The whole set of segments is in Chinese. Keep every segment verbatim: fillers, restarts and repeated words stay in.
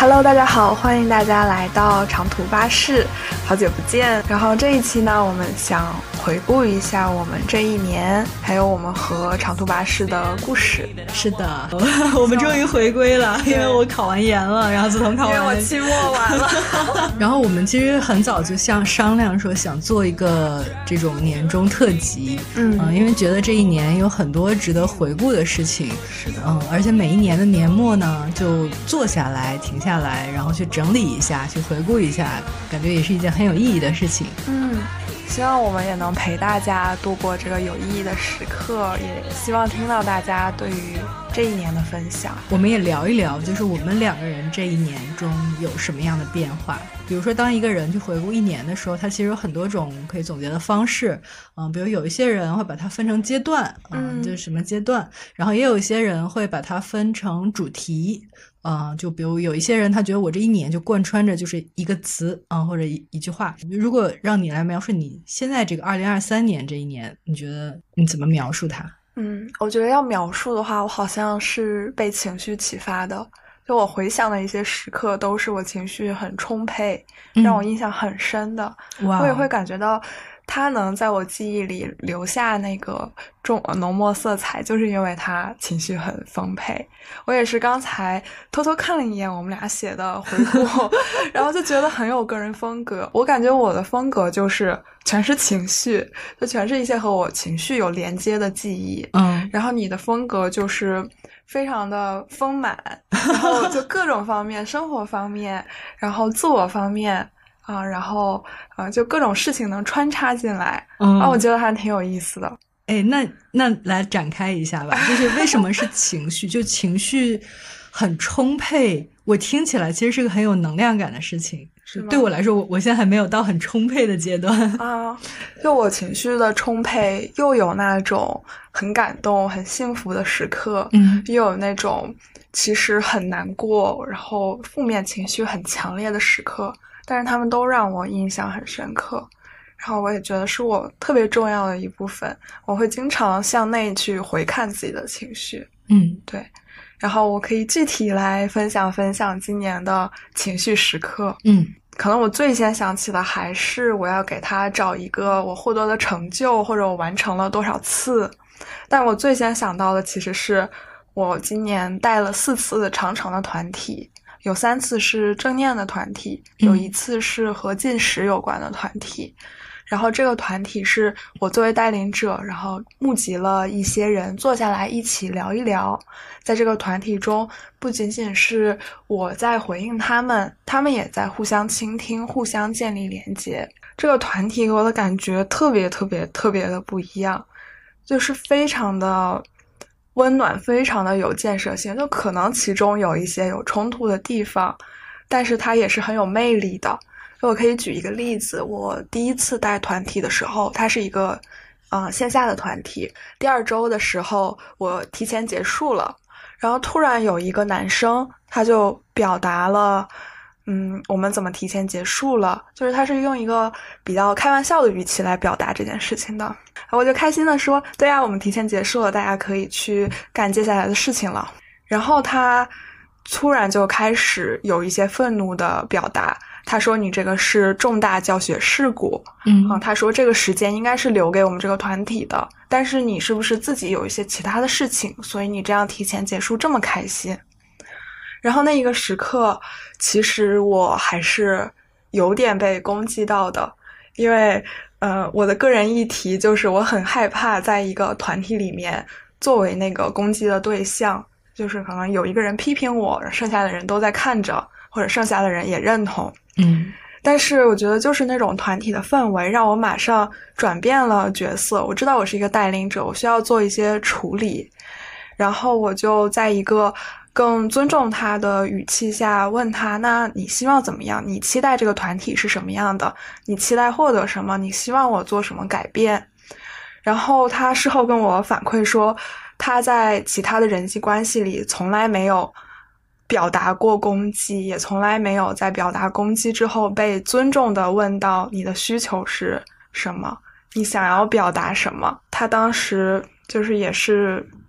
Hello， 大家好，欢迎大家来到长途巴士，好久不见。然后这一期呢，我们想回顾一下我们这一年，还有我们和长途巴士的故事。 是的，我们终于回归了，因为我考完研了，然后自从考完， 因为我期末完了。 然后我们其实很早就像商量说，想做一个这种年终特辑，嗯、呃，因为觉得这一年有很多值得回顾的事情。 是的， 嗯，而且每一年的年末呢，就坐下来，停下来，然后去整理一下，去回顾一下，感觉也是一件很有意义的事情。 嗯，希望我们也能陪大家度过这个有意义的时刻，也希望听到大家对于这一年的分享。 我们也聊一聊，就是我们两个人这一年中有什么样的变化。比如说当一个人去回顾一年的时候，他其实有很多种可以总结的方式，嗯，比如有一些人会把它分成阶段，嗯，嗯就是什么阶段，然后也有一些人会把它分成主题，嗯，就比如有一些人他觉得我这一年就贯穿着就是一个词，嗯，或者 一, 一句话。如果让你来描述你现在这个二零二三年这一年，你觉得你怎么描述它？ 嗯，我觉得要描述的话，我好像是被情绪启发的。就我回想的一些时刻，都是我情绪很充沛，让我印象很深的。嗯、我也会感觉到，它能在我记忆里留下那个重浓墨色彩，就是因为它情绪很丰沛。我也是刚才偷偷看了一眼我们俩写的回顾，然后就觉得很有个人风格。我感觉我的风格就是全是情绪，就全是一些和我情绪有连接的记忆。嗯，然后你的风格就是非常的丰满，然后就各种方面，生活方面，然后自我方面啊、呃，然后呃，就各种事情能穿插进来，嗯、啊，我觉得还挺有意思的。 哎，那那来展开一下吧，就是为什么是情绪？就情绪很充沛，我听起来其实是个很有能量感的事情。对我来说，我我现在还没有到很充沛的阶段啊。就我情绪的充沛，又有那种很感动、很幸福的时刻，嗯，又有那种其实很难过，然后负面情绪很强烈的时刻，但是他们都让我印象很深刻。然后我也觉得是我特别重要的一部分，我会经常向内去回看自己的情绪。嗯，对。然后我可以具体来分享分享今年的情绪时刻。嗯，可能我最先想起的还是我要给他找一个我获得的成就，或者我完成了多少次。但我最先想到的其实是我今年带了四次长城的团体，有三次是正念的团体，有一次是和进食有关的团体。嗯，然后这个团体是我作为带领者，然后募集了一些人坐下来一起聊一聊。在这个团体中，不仅仅是我在回应他们，他们也在互相倾听，互相建立连接。这个团体给我的感觉特别特别特别的不一样，就是非常的温暖，非常的有建设性。就可能其中有一些有冲突的地方，但是它也是很有魅力的。我可以举一个例子，我第一次带团体的时候，它是一个呃线下的团体，第二周的时候我提前结束了，然后突然有一个男生他就表达了嗯我们怎么提前结束了，就是他是用一个比较开玩笑的语气来表达这件事情的。我就开心的说，对呀，我们提前结束了，大家可以去干接下来的事情了。然后他突然就开始有一些愤怒的表达，他说你这个是重大教学事故，嗯、啊，他说这个时间应该是留给我们这个团体的，但是你是不是自己有一些其他的事情，所以你这样提前结束这么开心。然后那一个时刻其实我还是有点被攻击到的，因为呃，我的个人议题就是我很害怕在一个团体里面作为那个攻击的对象，就是可能有一个人批评我，剩下的人都在看着，或者剩下的人也认同。嗯，但是我觉得就是那种团体的氛围让我马上转变了角色，我知道我是一个带领者，我需要做一些处理，然后我就在一个更尊重他的语气下问他，那你希望怎么样？你期待这个团体是什么样的？你期待获得什么？你希望我做什么改变？然后他事后跟我反馈说，他在其他的人际关系里从来没有表达过攻击，也从来没有在表达攻击之后被尊重地问到你的需求是什么，你想要表达什么。他当时就是也是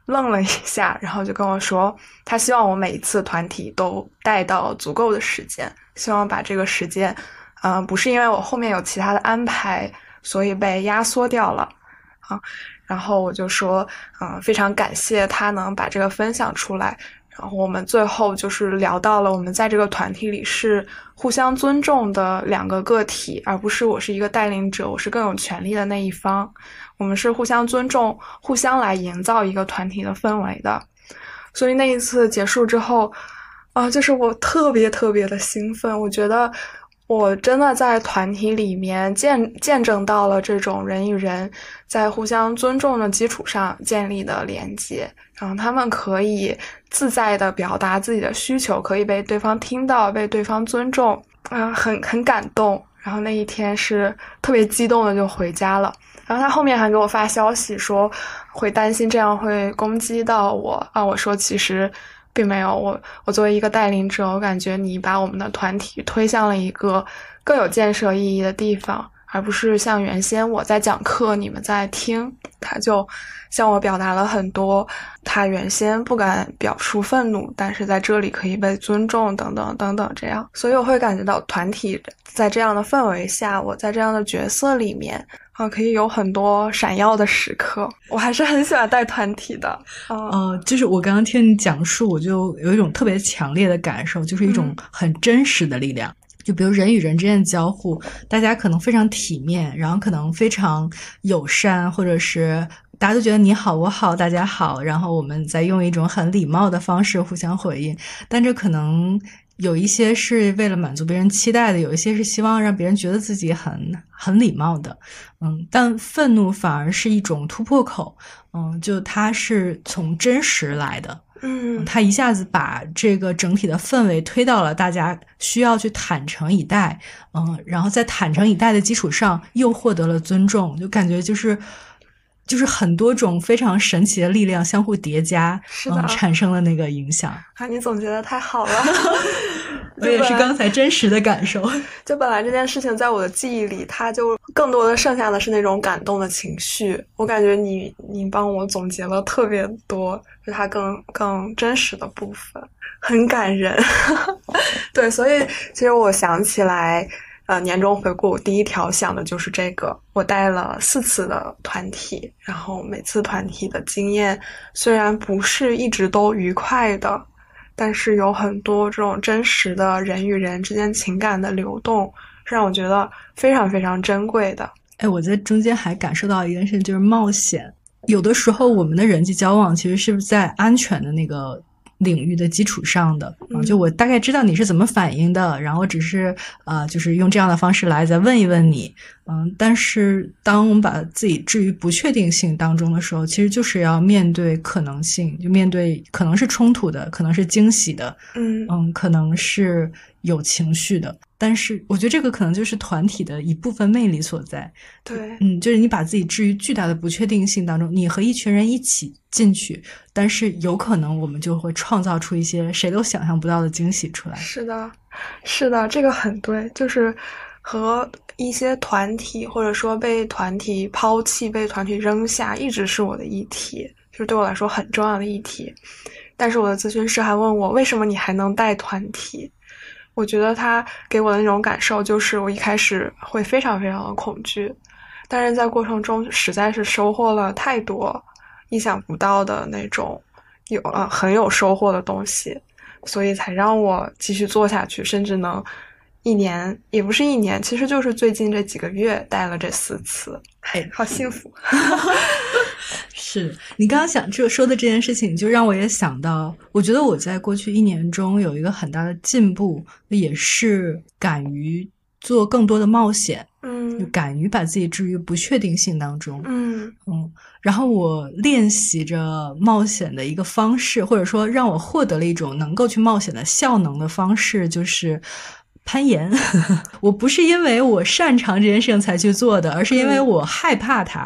愣了一下，然后就跟我说他希望我每一次团体都带到足够的时间，希望把这个时间嗯、呃，不是因为我后面有其他的安排所以被压缩掉了啊。然后我就说嗯、呃，非常感谢他能把这个分享出来。然后我们最后就是聊到了我们在这个团体里是互相尊重的两个个体，而不是我是一个带领者，我是更有权利的那一方。我们是互相尊重，互相来营造一个团体的氛围的。所以那一次结束之后啊、呃，就是我特别特别的兴奋，我觉得我真的在团体里面见见证到了这种人与人在互相尊重的基础上建立的连接，然后他们可以自在地表达自己的需求，可以被对方听到，被对方尊重啊、呃，很很感动。然后那一天是特别激动的就回家了。然后他后面还给我发消息说会担心这样会攻击到我啊，我说其实并没有，我我作为一个带领者，我感觉你把我们的团体推向了一个更有建设意义的地方，而不是像原先我在讲课你们在听。他就向我表达了很多他原先不敢表述愤怒，但是在这里可以被尊重等等等等这样。所以我会感觉到团体在这样的氛围下，我在这样的角色里面啊，可以有很多闪耀的时刻。我还是很喜欢带团体的。 嗯、呃，就是我刚刚听你讲述，我就有一种特别强烈的感受，就是一种很真实的力量。嗯，就比如人与人之间的交互，大家可能非常体面，然后可能非常友善，或者是大家都觉得你好我好大家好，然后我们再用一种很礼貌的方式互相回应。但这可能有一些是为了满足别人期待的，有一些是希望让别人觉得自己很很礼貌的。嗯，但愤怒反而是一种突破口。嗯，就它是从真实来的。 嗯， 他一下子把这个整体的氛围推到了大家需要去坦诚以待，嗯，然后在坦诚以待的基础上又获得了尊重，就感觉就是就是很多种非常神奇的力量相互叠加， 是的， 嗯，产生了那个影响。 啊，你总结得太好了。 我也是刚才真实的感受。 就本来这件事情在我的记忆里，它就更多的剩下的是那种感动的情绪。我感觉你你帮我总结了特别多，就它更更真实的部分，很感人。对，所以其实我想起来，呃，年终回顾第一条想的就是这个。我带了四次的团体，然后每次团体的经验虽然不是一直都愉快的，但是有很多这种真实的人与人之间情感的流动，是让我觉得非常非常珍贵的。 哎，我在中间还感受到一件事，就是冒险。有的时候我们的人际交往其实是在安全的那个领域的基础上的，嗯，就我大概知道你是怎么反应的，然后只是呃，就是用这样的方式来再问一问你，嗯，但是当我们把自己置于不确定性当中的时候，其实就是要面对可能性，就面对可能是冲突的，可能是惊喜的， 嗯嗯，可能是有情绪的。但是我觉得这个可能就是团体的一部分魅力所在。 对， 嗯，就是你把自己置于巨大的不确定性当中，你和一群人一起进去，但是有可能我们就会创造出一些谁都想象不到的惊喜出来。 是的，是的，这个很对，就是和一些团体或者说被团体抛弃、被团体扔下，一直是我的议题，就是对我来说很重要的议题。但是我的咨询师还问我，为什么你还能带团体？我觉得他给我的那种感受就是我一开始会非常非常的恐惧，但是在过程中实在是收获了太多意想不到的那种有呃很有收获的东西，所以才让我继续做下去，甚至能一年也不是一年，其实就是最近这几个月带了这四次，嘿，好幸福。 是你刚刚想这说的这件事情，就让我也想到，我觉得我在过去一年中有一个很大的进步，也是敢于做更多的冒险， 嗯， 就敢于把自己置于不确定性当中， 嗯嗯，然后我练习着冒险的一个方式，或者说让我获得了一种能够去冒险的效能的方式，就是攀岩。我不是因为我擅长这件事情才去做的，而是因为我害怕它。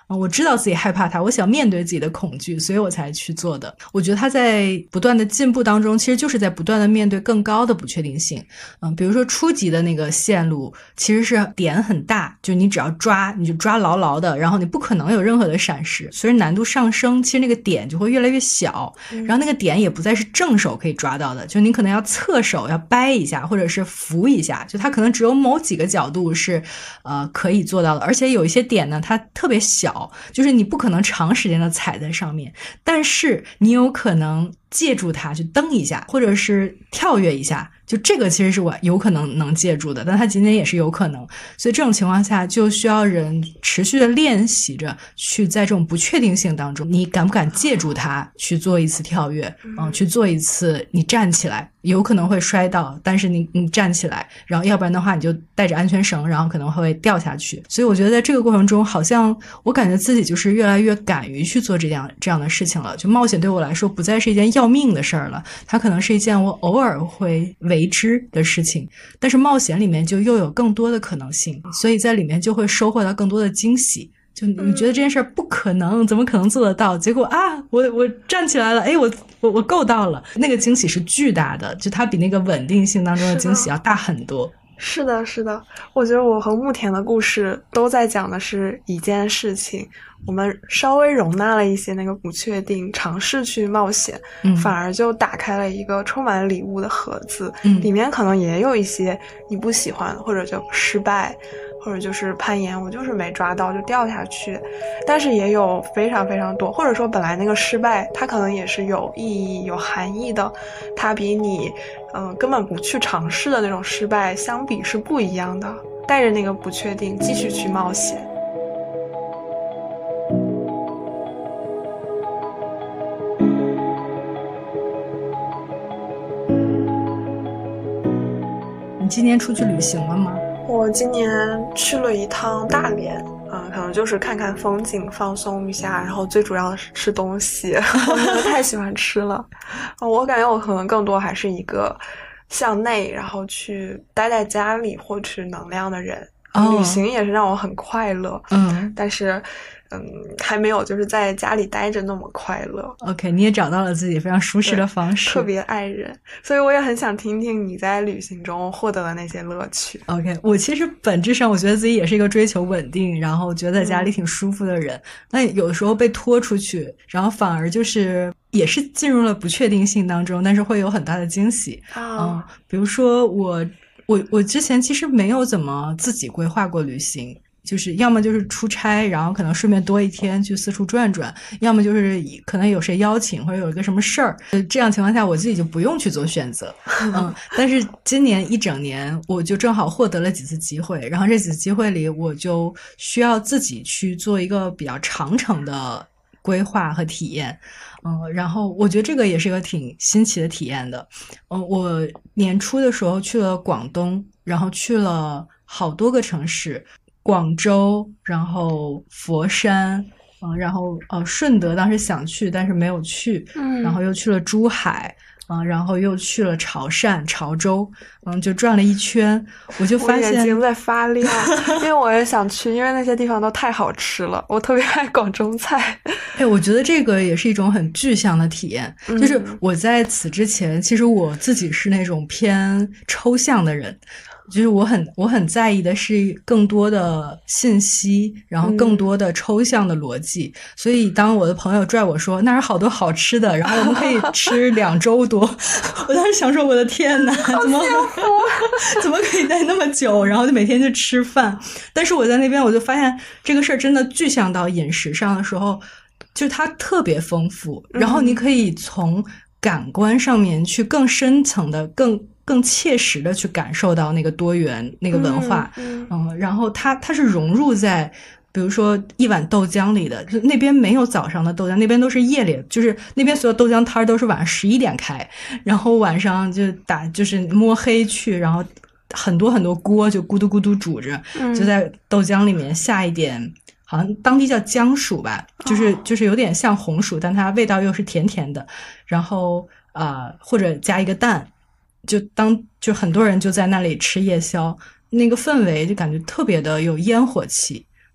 嗯，我知道自己害怕它，我想面对自己的恐惧，所以我才去做的。我觉得他在不断的进步当中，其实就是在不断的面对更高的不确定性。嗯，比如说初级的那个线路其实是点很大，就你只要抓你就抓牢牢的，然后你不可能有任何的闪失。随着难度上升，其实那个点就会越来越小，然后那个点也不再是正手可以抓到的，就你可能要侧手要掰一下或者是扶一下，就它可能只有某几个角度是呃可以做到的。而且有一些点呢它特别小，就是你不可能长时间的踩在上面，但是你有可能借助它去蹬一下或者是跳跃一下，就这个其实是我有可能能借助的，但它仅仅也是有可能。所以这种情况下就需要人持续的练习着，去在这种不确定性当中，你敢不敢借助它去做一次跳跃，嗯，去做一次你站起来，有可能会摔到，但是你你站起来，然后要不然的话你就带着安全绳，然后可能会掉下去。所以我觉得在这个过程中，好像我感觉自己就是越来越敢于去做这样这样的事情了。就冒险对我来说不再是一件要命的事儿了，它可能是一件我偶尔会为之的事情，但是冒险里面就又有更多的可能性，所以在里面就会收获到更多的惊喜。就你觉得这件事不可能，怎么可能做得到？结果啊，我我站起来了，哎，我我我够到了，那个惊喜是巨大的，就它比那个稳定性当中的惊喜要大很多。 是的，是的，我觉得我和慕田的故事都在讲的是一件事情，我们稍微容纳了一些那个不确定，尝试去冒险，嗯，反而就打开了一个充满礼物的盒子，嗯，里面可能也有一些你不喜欢或者就失败，或者就是攀岩我就是没抓到就掉下去，但是也有非常非常多，或者说本来那个失败它可能也是有意义有含义的，它比你嗯、呃、根本不去尝试的那种失败相比是不一样的，带着那个不确定继续去冒险。 你今年出去旅行了吗？ 我今年去了一趟大连，嗯，可能就是看看风景，放松一下，然后最主要的是吃东西，我真的太喜欢吃了。我感觉我可能更多还是一个向内，然后去待在家里获取能量的人。哦，旅行也是让我很快乐，嗯，但是嗯，还没有就是在家里待着那么快乐。 OK， 你也找到了自己非常舒适的方式， 特别爱人，所以我也很想听听你在旅行中获得的那些乐趣。 OK， 我其实本质上我觉得自己也是一个追求稳定，然后觉得在家里挺舒服的人。那、嗯、有时候被拖出去，然后反而就是也是进入了不确定性当中，但是会有很大的惊喜。哦、嗯，比如说我。我我之前其实没有怎么自己规划过旅行，就是要么就是出差，然后可能顺便多一天去四处转转，要么就是可能有谁邀请或者有一个什么事儿，这样情况下我自己就不用去做选择。嗯，但是今年一整年我就正好获得了几次机会，然后这几次机会里我就需要自己去做一个比较长程的规划和体验。嗯，然后我觉得这个也是一个挺新奇的体验的。嗯，我年初的时候去了广东，然后去了好多个城市，广州，然后佛山，嗯，然后呃顺德当时想去，但是没有去，嗯，然后又去了珠海。嗯，然后又去了潮汕、潮州，嗯，就转了一圈，我就发现我眼睛在发亮，因为我也想去，因为那些地方都太好吃了，我特别爱广州菜。 哎，我觉得这个也是一种很具象的体验，嗯、就是我在此之前，其实我自己是那种偏抽象的人。就是我很我很在意的是更多的信息，然后更多的抽象的逻辑、嗯、所以当我的朋友拽我说那儿有好多好吃的，然后我们可以吃两周多我当时想说我的天哪，怎么怎么可以待那么久，然后就每天就吃饭。但是我在那边我就发现这个事儿真的具象到饮食上的时候，就它特别丰富，然后你可以从感官上面去更深层的更更切实的去感受到那个多元那个文化。 嗯, 嗯, 嗯然后它它是融入在比如说一碗豆浆里的，就那边没有早上的豆浆，那边都是夜里，就是那边所有豆浆摊都是晚上十一点开，然后晚上就打就是摸黑去，然后很多很多锅就咕嘟咕嘟煮着、嗯、就在豆浆里面下一点好像当地叫姜薯吧，就是就是有点像红薯，但它味道又是甜甜的，然后呃或者加一个蛋，就当就很多人就在那里吃夜宵，那个氛围就感觉特别的有烟火气。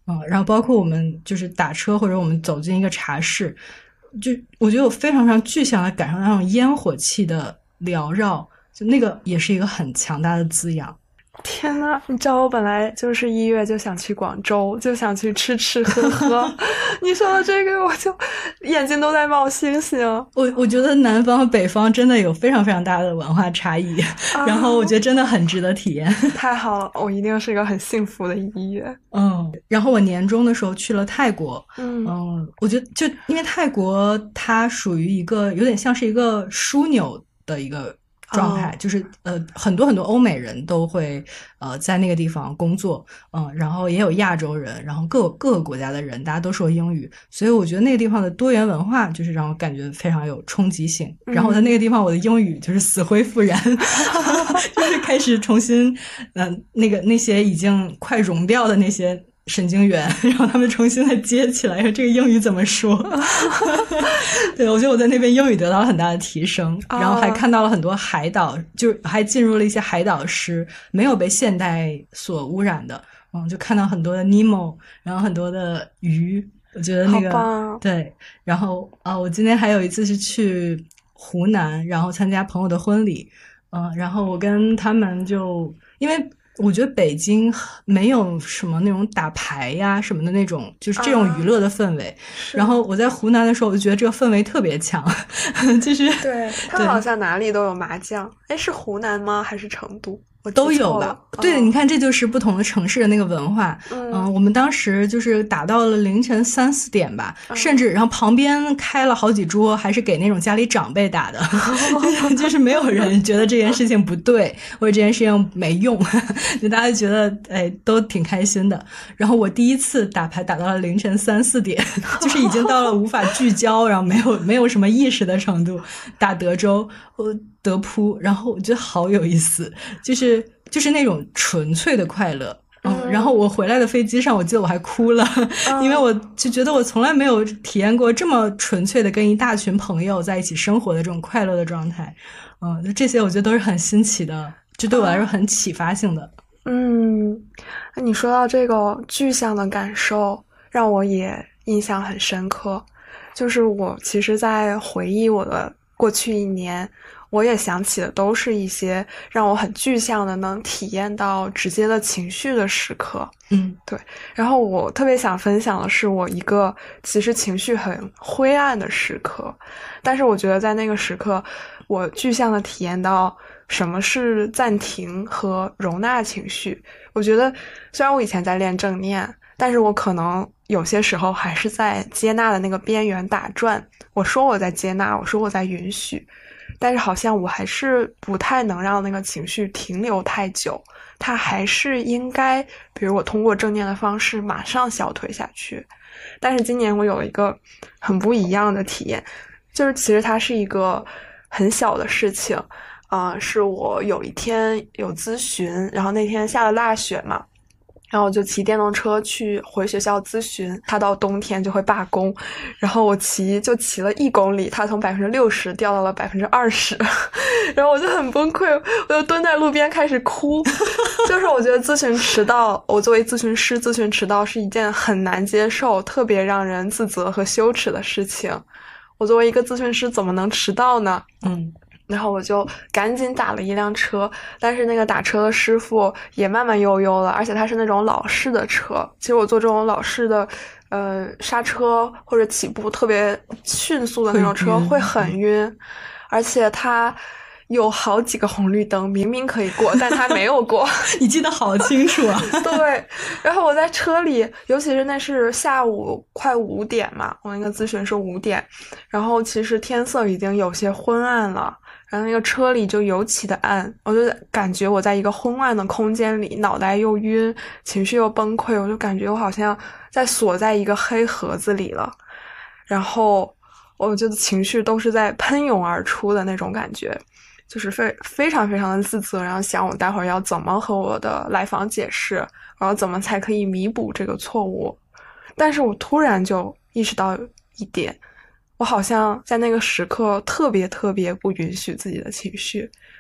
嗯，然后包括我们就是打车或者我们走进一个茶室，就我觉得我非常非常具象的感受到那种烟火气的缭绕，就那个也是一个很强大的滋养。 天呐，你知道我本来就是一月就想去广州，就想去吃吃喝喝你说的这个我就眼睛都在冒星星。 我我觉得南方和北方真的有非常非常大的文化差异、啊、然后我觉得真的很值得体验。 太好了，我一定是一个很幸福的一月。 嗯，然后我年终的时候去了泰国。 嗯嗯，我觉得就因为泰国它属于一个有点像是一个枢纽的一个状态、oh. 就是呃很多很多欧美人都会呃在那个地方工作，嗯，然后也有亚洲人，然后各各个国家的人，大家都说英语，所以我觉得那个地方的多元文化就是让我感觉非常有冲击性。嗯、然后在那个地方我的英语就是死灰复燃就是开始重新呃那个那些已经快融掉的那些神经元，然后他们重新再接起来，这个英语怎么说对，我觉得我在那边英语得到了很大的提升、oh. 然后还看到了很多海岛，就是还进入了一些海岛是没有被现代所污染的，嗯，就看到很多的尼莫，然后很多的鱼，我觉得那个好棒。 对，然后啊、呃，我今天还有一次是去湖南，然后参加朋友的婚礼，嗯、呃，然后我跟他们就因为我觉得北京没有什么那种打牌呀什么的那种，就是这种娱乐的氛围、啊、然后我在湖南的时候我就觉得这个氛围特别强就是对，他们好像哪里都有麻将。诶，是湖南吗？还是成都？ 都有吧、哦、对，你看这就是不同的城市的那个文化。嗯、呃，我们当时就是打到了凌晨三四点吧、嗯、甚至然后旁边开了好几桌还是给那种家里长辈打的、哦、就是没有人觉得这件事情不对或者这件事情没用就大家觉得哎都挺开心的。然后我第一次打牌打到了凌晨三四点就是已经到了无法聚焦然后没有没有什么意识的程度，打德州我德扑，然后我觉得好有意思，就是就是那种纯粹的快乐。嗯，嗯然后我回来的飞机上我记得我还哭了、嗯、因为我就觉得我从来没有体验过这么纯粹的跟一大群朋友在一起生活的这种快乐的状态。嗯，这些我觉得都是很新奇的，就对我来说很启发性的。 嗯，那你说到这个具象的感受让我也印象很深刻，就是我其实在回忆我的过去一年，我也想起的都是一些让我很具象的能体验到直接的情绪的时刻。 嗯， 对。然后我特别想分享的是我一个其实情绪很灰暗的时刻，但是我觉得在那个时刻我具象的体验到什么是暂停和容纳情绪。我觉得虽然我以前在练正念，但是我可能有些时候还是在接纳的那个边缘打转。我说我在接纳，我说我在允许，但是好像我还是不太能让那个情绪停留太久，它还是应该比如我通过正念的方式马上消退下去。但是今年我有一个很不一样的体验，就是其实它是一个很小的事情啊、呃，是我有一天有咨询，然后那天下了大雪嘛，然后我就骑电动车去回学校咨询，他到冬天就会罢工，然后我骑就骑了一公里，他从百分之六十掉到了百分之二十，然后我就很崩溃，我就蹲在路边开始哭。就是我觉得咨询迟到，我作为咨询师，咨询迟到是一件很难接受、特别让人自责和羞耻的事情。我作为一个咨询师，怎么能迟到呢？ 嗯。 然后我就赶紧打了一辆车，但是那个打车的师傅也慢慢悠悠了，而且他是那种老式的车。其实我坐这种老式的呃刹车或者起步特别迅速的那种车会很晕，而且他有好几个红绿灯，明明可以过，但他没有过。 你记得好清楚啊。 对，然后我在车里，尤其是那是下午快五点嘛，我那个咨询是五点，然后其实天色已经有些昏暗了，然后那个车里就尤其的暗，我就感觉我在一个昏暗的空间里，脑袋又晕，情绪又崩溃，我就感觉我好像在锁在一个黑盒子里了，然后我觉得情绪都是在喷涌而出的那种感觉，就是非非常非常的自责，然后想我待会儿要怎么和我的来访解释，然后怎么才可以弥补这个错误。但是我突然就意识到一点，我好像在那个时刻特别特别不允许自己的情绪，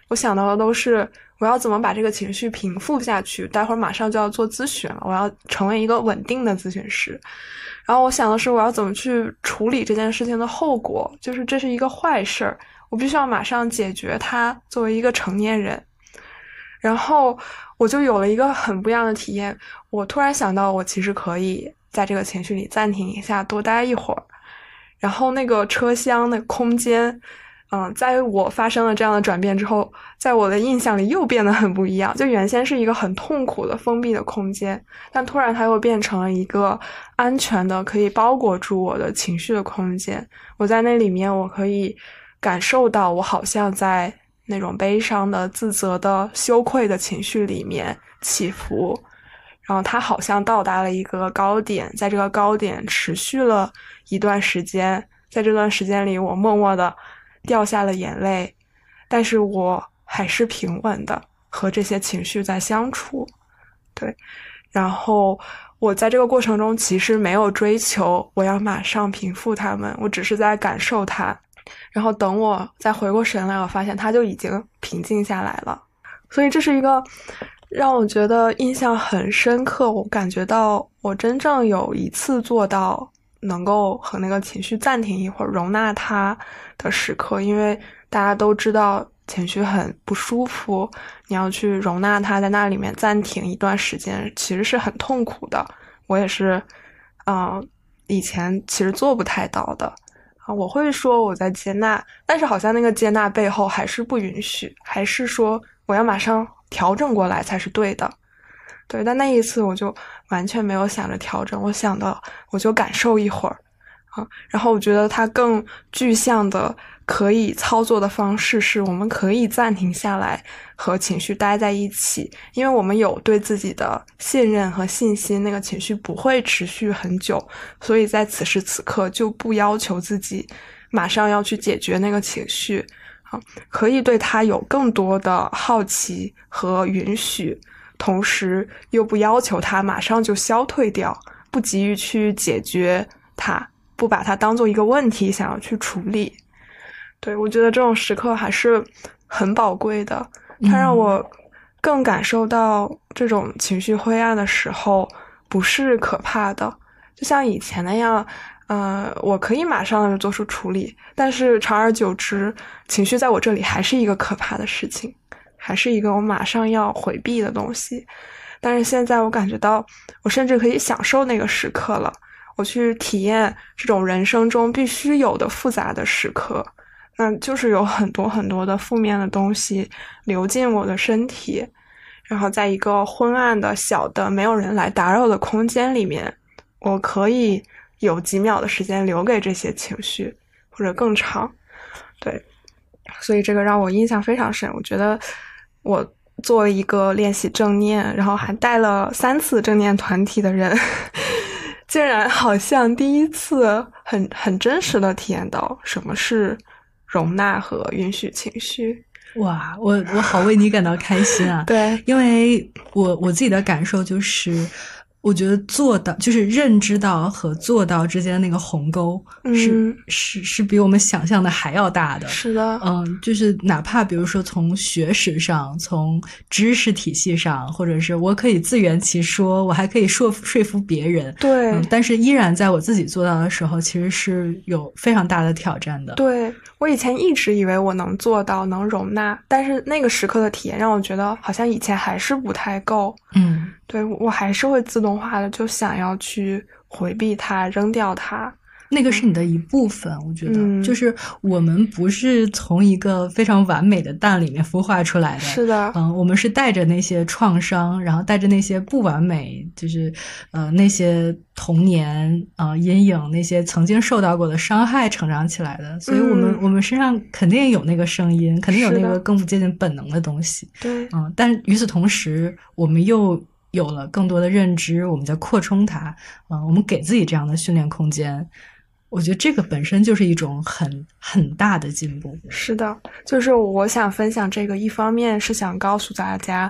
我想到的都是我要怎么把这个情绪平复下去，待会儿马上就要做咨询了，我要成为一个稳定的咨询师。然后我想的是我要怎么去处理这件事情的后果，就是这是一个坏事儿，我必须要马上解决它，作为一个成年人。然后我就有了一个很不一样的体验，我突然想到我其实可以在这个情绪里暂停一下，多待一会儿。然后那个车厢的空间嗯，在我发生了这样的转变之后，在我的印象里又变得很不一样。就原先是一个很痛苦的封闭的空间，但突然它又变成了一个安全的可以包裹住我的情绪的空间。我在那里面我可以感受到我好像在那种悲伤的、自责的、羞愧的情绪里面起伏，然后它好像到达了一个高点，在这个高点持续了一段时间，在这段时间里我默默的掉下了眼泪，但是我还是平稳的和这些情绪在相处。对，然后我在这个过程中其实没有追求我要马上平复它们，我只是在感受它，然后等我再回过神来，我发现它就已经平静下来了。所以这是一个让我觉得印象很深刻，我感觉到我真正有一次做到能够和那个情绪暂停一会儿，容纳它的时刻。因为大家都知道情绪很不舒服，你要去容纳它，在那里面暂停一段时间其实是很痛苦的。我也是嗯、呃，以前其实做不太到的啊。我会说我在接纳，但是好像那个接纳背后还是不允许，还是说我要马上调整过来才是对的。对，但那一次我就完全没有想着调整，我想的我就感受一会儿啊。然后我觉得它更具象的可以操作的方式是，我们可以暂停下来和情绪待在一起，因为我们有对自己的信任和信心，那个情绪不会持续很久，所以在此时此刻就不要求自己马上要去解决那个情绪啊，可以对它有更多的好奇和允许，同时又不要求它马上就消退掉，不急于去解决它，不把它当做一个问题想要去处理。对，我觉得这种时刻还是很宝贵的，它让我更感受到这种情绪灰暗的时候不是可怕的，就像以前那样呃，我可以马上就做出处理，但是长而久之，情绪在我这里还是一个可怕的事情，还是一个我马上要回避的东西。但是现在我感觉到我甚至可以享受那个时刻了，我去体验这种人生中必须有的复杂的时刻，那就是有很多很多的负面的东西流进我的身体，然后在一个昏暗的小的没有人来打扰的空间里面，我可以有几秒的时间留给这些情绪，或者更长。对，所以这个让我印象非常深。我觉得我作为一个练习正念，然后还带了三次正念团体的人，竟然好像第一次很很真实的体验到什么是容纳和允许情绪。 哇，我我好为你感到开心啊！ 对， 因为我我自己的感受就是，我觉得做到就是认知到和做到之间的那个鸿沟是、嗯、是是比我们想象的还要大的。 是的， 嗯，就是哪怕比如说从学识上，从知识体系上，或者是我可以自圆其说，我还可以说说服别人。 对、 嗯，但是依然在我自己做到的时候，其实是有非常大的挑战的。 对，我以前一直以为我能做到，能容纳，但是那个时刻的体验让我觉得好像以前还是不太够。 嗯， 对，我还是会自动化的就想要去回避它，扔掉它。 那个是你的一部分、嗯、我觉得、嗯、就是我们不是从一个非常完美的蛋里面孵化出来的。 是的， 嗯，我们是带着那些创伤，然后带着那些不完美，就是呃那些童年呃阴影，那些曾经受到过的伤害成长起来的，所以我们、嗯、我们身上肯定有那个声音，肯定有那个更不接近本能的东西。 对， 嗯，但与此同时我们又有了更多的认知，我们在扩充它，嗯、呃，我们给自己这样的训练空间，我觉得这个本身就是一种很很大的进步。 是的，就是我想分享这个，一方面是想告诉大家，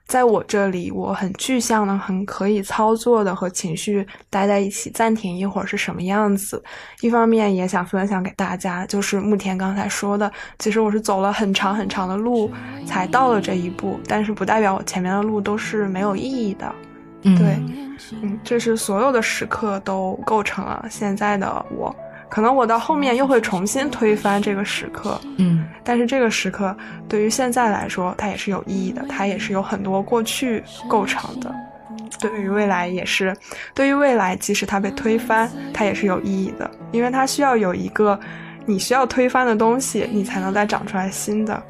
在我这里我很具象的很可以操作的和情绪待在一起暂停一会儿是什么样子。一方面也想分享给大家，就是慕田刚才说的，其实我是走了很长很长的路才到了这一步，但是不代表我前面的路都是没有意义的。 嗯， 对，嗯，这是所有的时刻都构成了现在的我。可能我到后面又会重新推翻这个时刻， 嗯， 但是这个时刻对于现在来说它也是有意义的，它也是有很多过去构成的，对于未来也是，对于未来即使它被推翻它也是有意义的，因为它需要有一个你需要推翻的东西，你才能再长出来新的。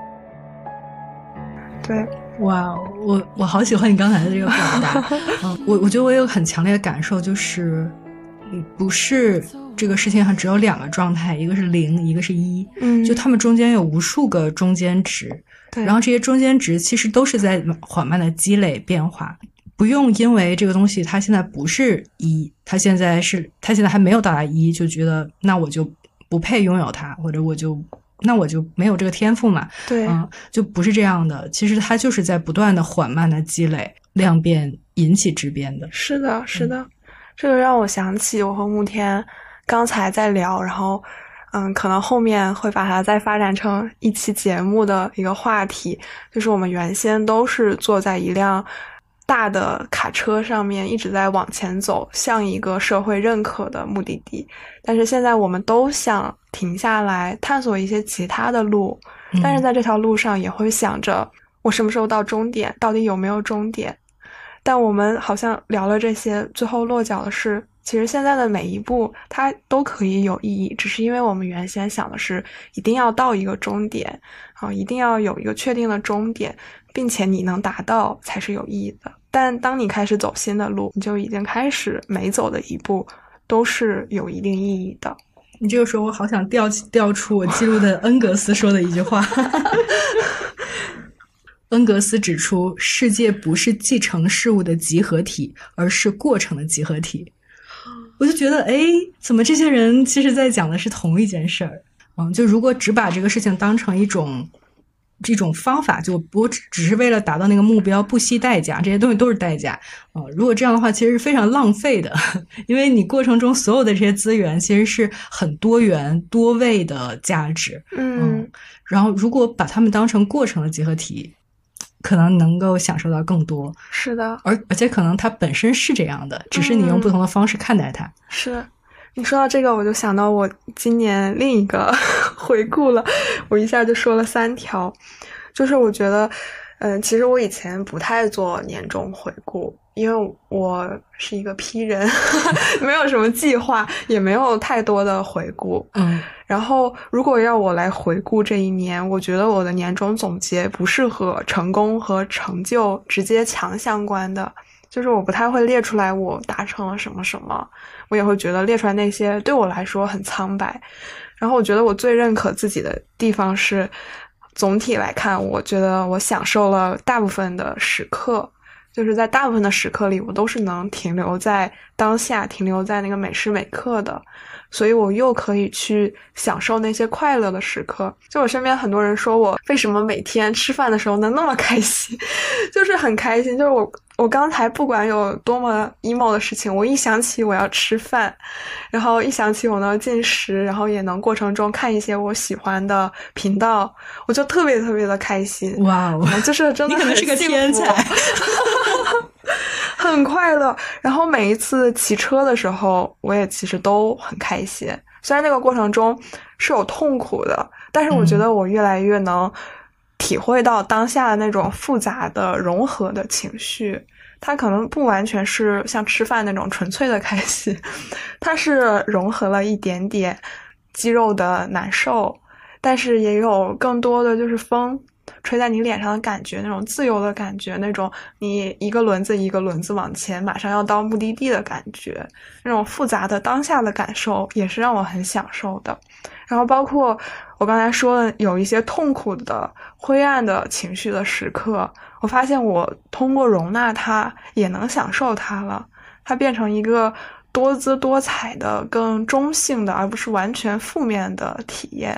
对， 哇，我我好喜欢你刚才的这个表达。嗯，我我觉得我有很强烈的感受，就是嗯，不是这个世界上只有两个状态，一个是零，一个是一， 嗯， 就他们中间有无数个中间值， 对， 然后这些中间值其实都是在缓慢的积累变化，不用因为这个东西它现在不是一，它现在是它现在还没有到达一，就觉得那我就不配拥有它，或者我就那我就没有这个天赋嘛， 对， 嗯，就不是这样的，其实它就是在不断的缓慢的积累量变引起质变的。 是的，是的。嗯，这个让我想起我和慕天刚才在聊，然后嗯，可能后面会把它再发展成一期节目的一个话题，就是我们原先都是坐在一辆大的卡车上面一直在往前走，向一个社会认可的目的地，但是现在我们都想停下来探索一些其他的路，嗯，但是在这条路上也会想着我什么时候到终点，到底有没有终点。但我们好像聊了这些，最后落脚的是其实现在的每一步它都可以有意义，只是因为我们原先想的是一定要到一个终点，啊，一定要有一个确定的终点，并且你能达到才是有意义的。但当你开始走新的路，你就已经开始每走的一步都是有一定意义的。 你这个时候我好想调调出我记录的恩格斯说的一句话。恩格斯指出，世界不是既成事物的集合体，而是过程的集合体。我就觉得，哎，怎么这些人其实在讲的是同一件事儿？嗯，就如果只把这个事情当成一种这种方法，就我只是为了达到那个目标不惜代价，这些东西都是代价。嗯，如果这样的话，其实是非常浪费的，因为你过程中所有的这些资源其实是很多元多位的价值。 嗯， 嗯，然后如果把它们当成过程的集合体，可能能够享受到更多。 是的， 而而且可能它本身是这样的，只是你用不同的方式看待它。 嗯，是。你说到这个，我就想到我今年另一个回顾了，我一下就说了三条。就是我觉得嗯，其实我以前不太做年终回顾，因为我是一个 P 人没有什么计划，也没有太多的回顾。 嗯， 然后如果要我来回顾这一年，我觉得我的年终总结不是和成功和成就直接强相关的，就是我不太会列出来我达成了什么什么，我也会觉得列出来那些对我来说很苍白。然后我觉得我最认可自己的地方是，总体来看我觉得我享受了大部分的时刻，就是在大部分的时刻里我都是能停留在当下，停留在那个每时每刻的，所以我又可以去享受那些快乐的时刻。就我身边很多人说我为什么每天吃饭的时候能那么开心，就是很开心，就是我我刚才不管有多么 emo 的事情，我一想起我要吃饭，然后一想起我能进食，然后也能过程中看一些我喜欢的频道，我就特别特别的开心。 哇哦， 就是真的很幸福， 你可能是个天才很快乐。然后每一次骑车的时候我也其实都很开心，虽然那个过程中是有痛苦的，但是我觉得我越来越能体会到当下的那种复杂的融合的情绪，它可能不完全是像吃饭那种纯粹的开心，它是融合了一点点肌肉的难受，但是也有更多的就是风吹在你脸上的感觉，那种自由的感觉，那种你一个轮子一个轮子往前马上要到目的地的感觉，那种复杂的当下的感受也是让我很享受的。然后包括我刚才说的有一些痛苦的灰暗的情绪的时刻，我发现我通过容纳它也能享受它了，它变成一个多姿多彩的更中性的而不是完全负面的体验。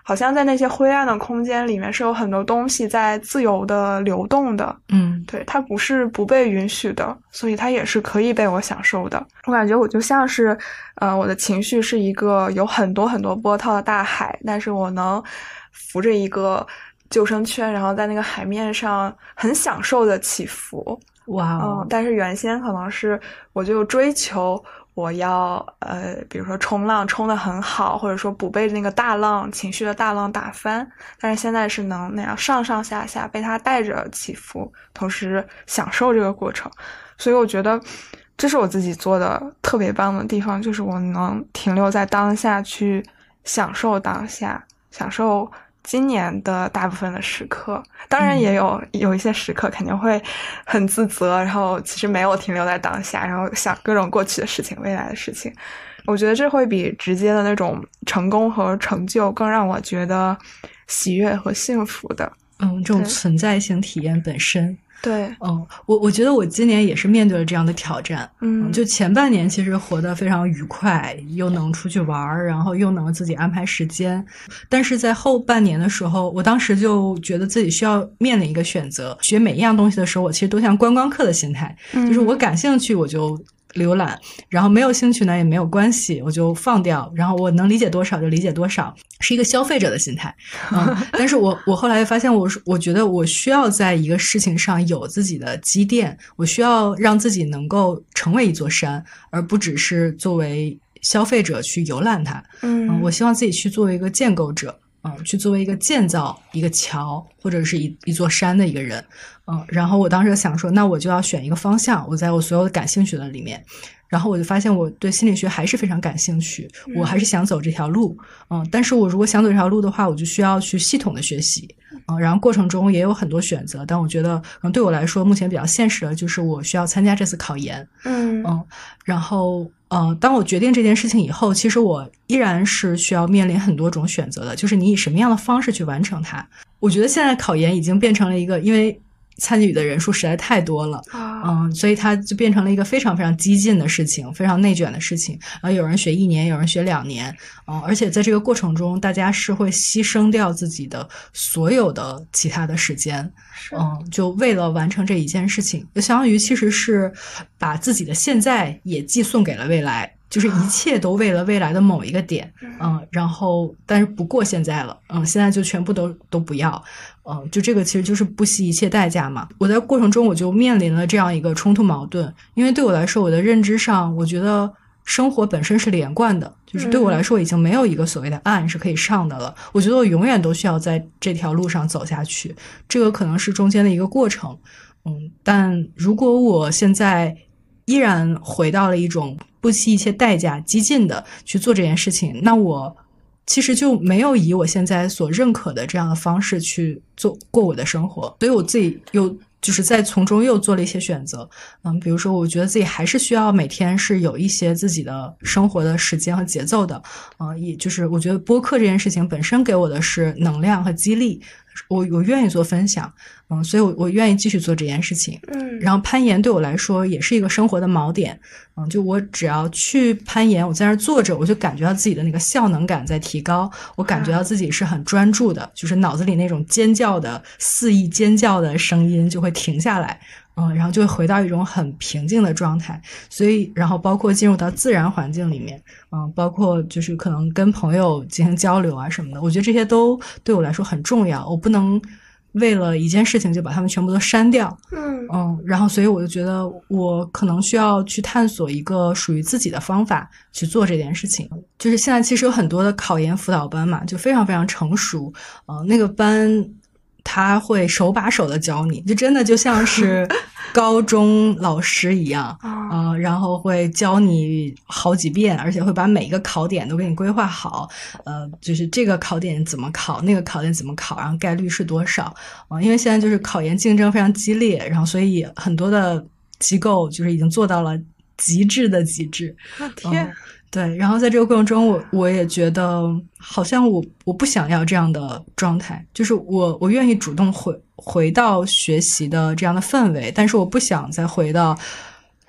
好像在那些灰暗的空间里面是有很多东西在自由的流动的。 嗯， 对，它不是不被允许的，所以它也是可以被我享受的。我感觉我就像是呃，我的情绪是一个有很多很多波涛的大海，但是我能浮着一个救生圈，然后在那个海面上很享受的起伏。 哇、wow. 嗯，但是原先可能是我就追求我要呃，比如说冲浪冲得很好，或者说不被那个大浪情绪的大浪打翻，但是现在是能那样上上下下被它带着起伏，同时享受这个过程。所以我觉得这是我自己做的特别棒的地方，就是我能停留在当下去享受当下，享受今年的大部分的时刻。当然也有、嗯、有一些时刻肯定会很自责，然后其实没有停留在当下，然后想各种过去的事情未来的事情。我觉得这会比直接的那种成功和成就更让我觉得喜悦和幸福的。 嗯，这种存在性体验本身。 对， 嗯，我我觉得我今年也是面对了这样的挑战。 嗯， 就前半年其实活得非常愉快，又能出去玩，然后又能自己安排时间。但是在后半年的时候，我当时就觉得自己需要面临一个选择。学每一样东西的时候，我其实都像观光客的心态， 嗯、 就是我感兴趣我就浏览，然后没有兴趣呢也没有关系，我就放掉，然后我能理解多少就理解多少，是一个消费者的心态。嗯，但是我我后来发现我我觉得我需要在一个事情上有自己的积淀，我需要让自己能够成为一座山，而不只是作为消费者去游览它。 嗯， 嗯，我希望自己去作为一个建构者，嗯，去作为一个建造一个桥或者是一一座山的一个人。嗯，然后我当时想说，那我就要选一个方向，我在我所有的感兴趣的里面，然后我就发现我对心理学还是非常感兴趣，我还是想走这条路。嗯，但是我如果想走这条路的话，我就需要去系统的学习。嗯，然后过程中也有很多选择，但我觉得可能对我来说目前比较现实的就是我需要参加这次考研。 嗯嗯，然后呃，当我决定这件事情以后，其实我依然是需要面临很多种选择的，就是你以什么样的方式去完成它。我觉得现在考研已经变成了一个，因为参与的人数实在太多了，嗯，所以它就变成了一个非常非常激进的事情，非常内卷的事情。然后有人学一年，有人学两年，嗯，而且在这个过程中，大家是会牺牲掉自己的所有的其他的时间，嗯，就为了完成这一件事情，就相当于其实是把自己的现在也寄送给了未来。就是一切都为了未来的某一个点，嗯，然后但是不过现在了，嗯，现在就全部都都不要，嗯，就这个其实就是不惜一切代价嘛。我在过程中我就面临了这样一个冲突矛盾，因为对我来说，我的认知上，我觉得生活本身是连贯的，就是对我来说已经没有一个所谓的岸是可以上的了。我觉得我永远都需要在这条路上走下去，这个可能是中间的一个过程，嗯，但如果我现在依然回到了一种不惜一切代价激进的去做这件事情，那我其实就没有以我现在所认可的这样的方式去做过我的生活，所以我自己又就是在从中又做了一些选择。嗯，比如说我觉得自己还是需要每天是有一些自己的生活的时间和节奏的，嗯，也就是我觉得播客这件事情本身给我的是能量和激励，我我愿意做分享，嗯，所以我我愿意继续做这件事情。 嗯， 然后攀岩对我来说也是一个生活的锚点，嗯，就我只要去攀岩，我在那儿坐着，我就感觉到自己的那个效能感在提高，我感觉到自己是很专注的，就是脑子里那种尖叫的肆意尖叫的声音就会停下来，嗯，然后就会回到一种很平静的状态。所以然后包括进入到自然环境里面，嗯，包括就是可能跟朋友进行交流啊什么的，我觉得这些都对我来说很重要，我不能为了一件事情就把它们全部都删掉。 嗯嗯，然后所以我就觉得我可能需要去探索一个属于自己的方法去做这件事情。就是现在其实有很多的考研辅导班嘛，就非常非常成熟，呃，那个班他会手把手的教你，就真的就像是高中老师一样，啊、呃，然后会教你好几遍，而且会把每一个考点都给你规划好，呃，就是这个考点怎么考，那个考点怎么考，然后概率是多少，啊、呃，因为现在就是考研竞争非常激烈，然后所以很多的机构就是已经做到了极致的极致。 天。 嗯，对，然后在这个过程中，我我也觉得好像我我不想要这样的状态，就是我我愿意主动回回到学习的这样的氛围，但是我不想再回到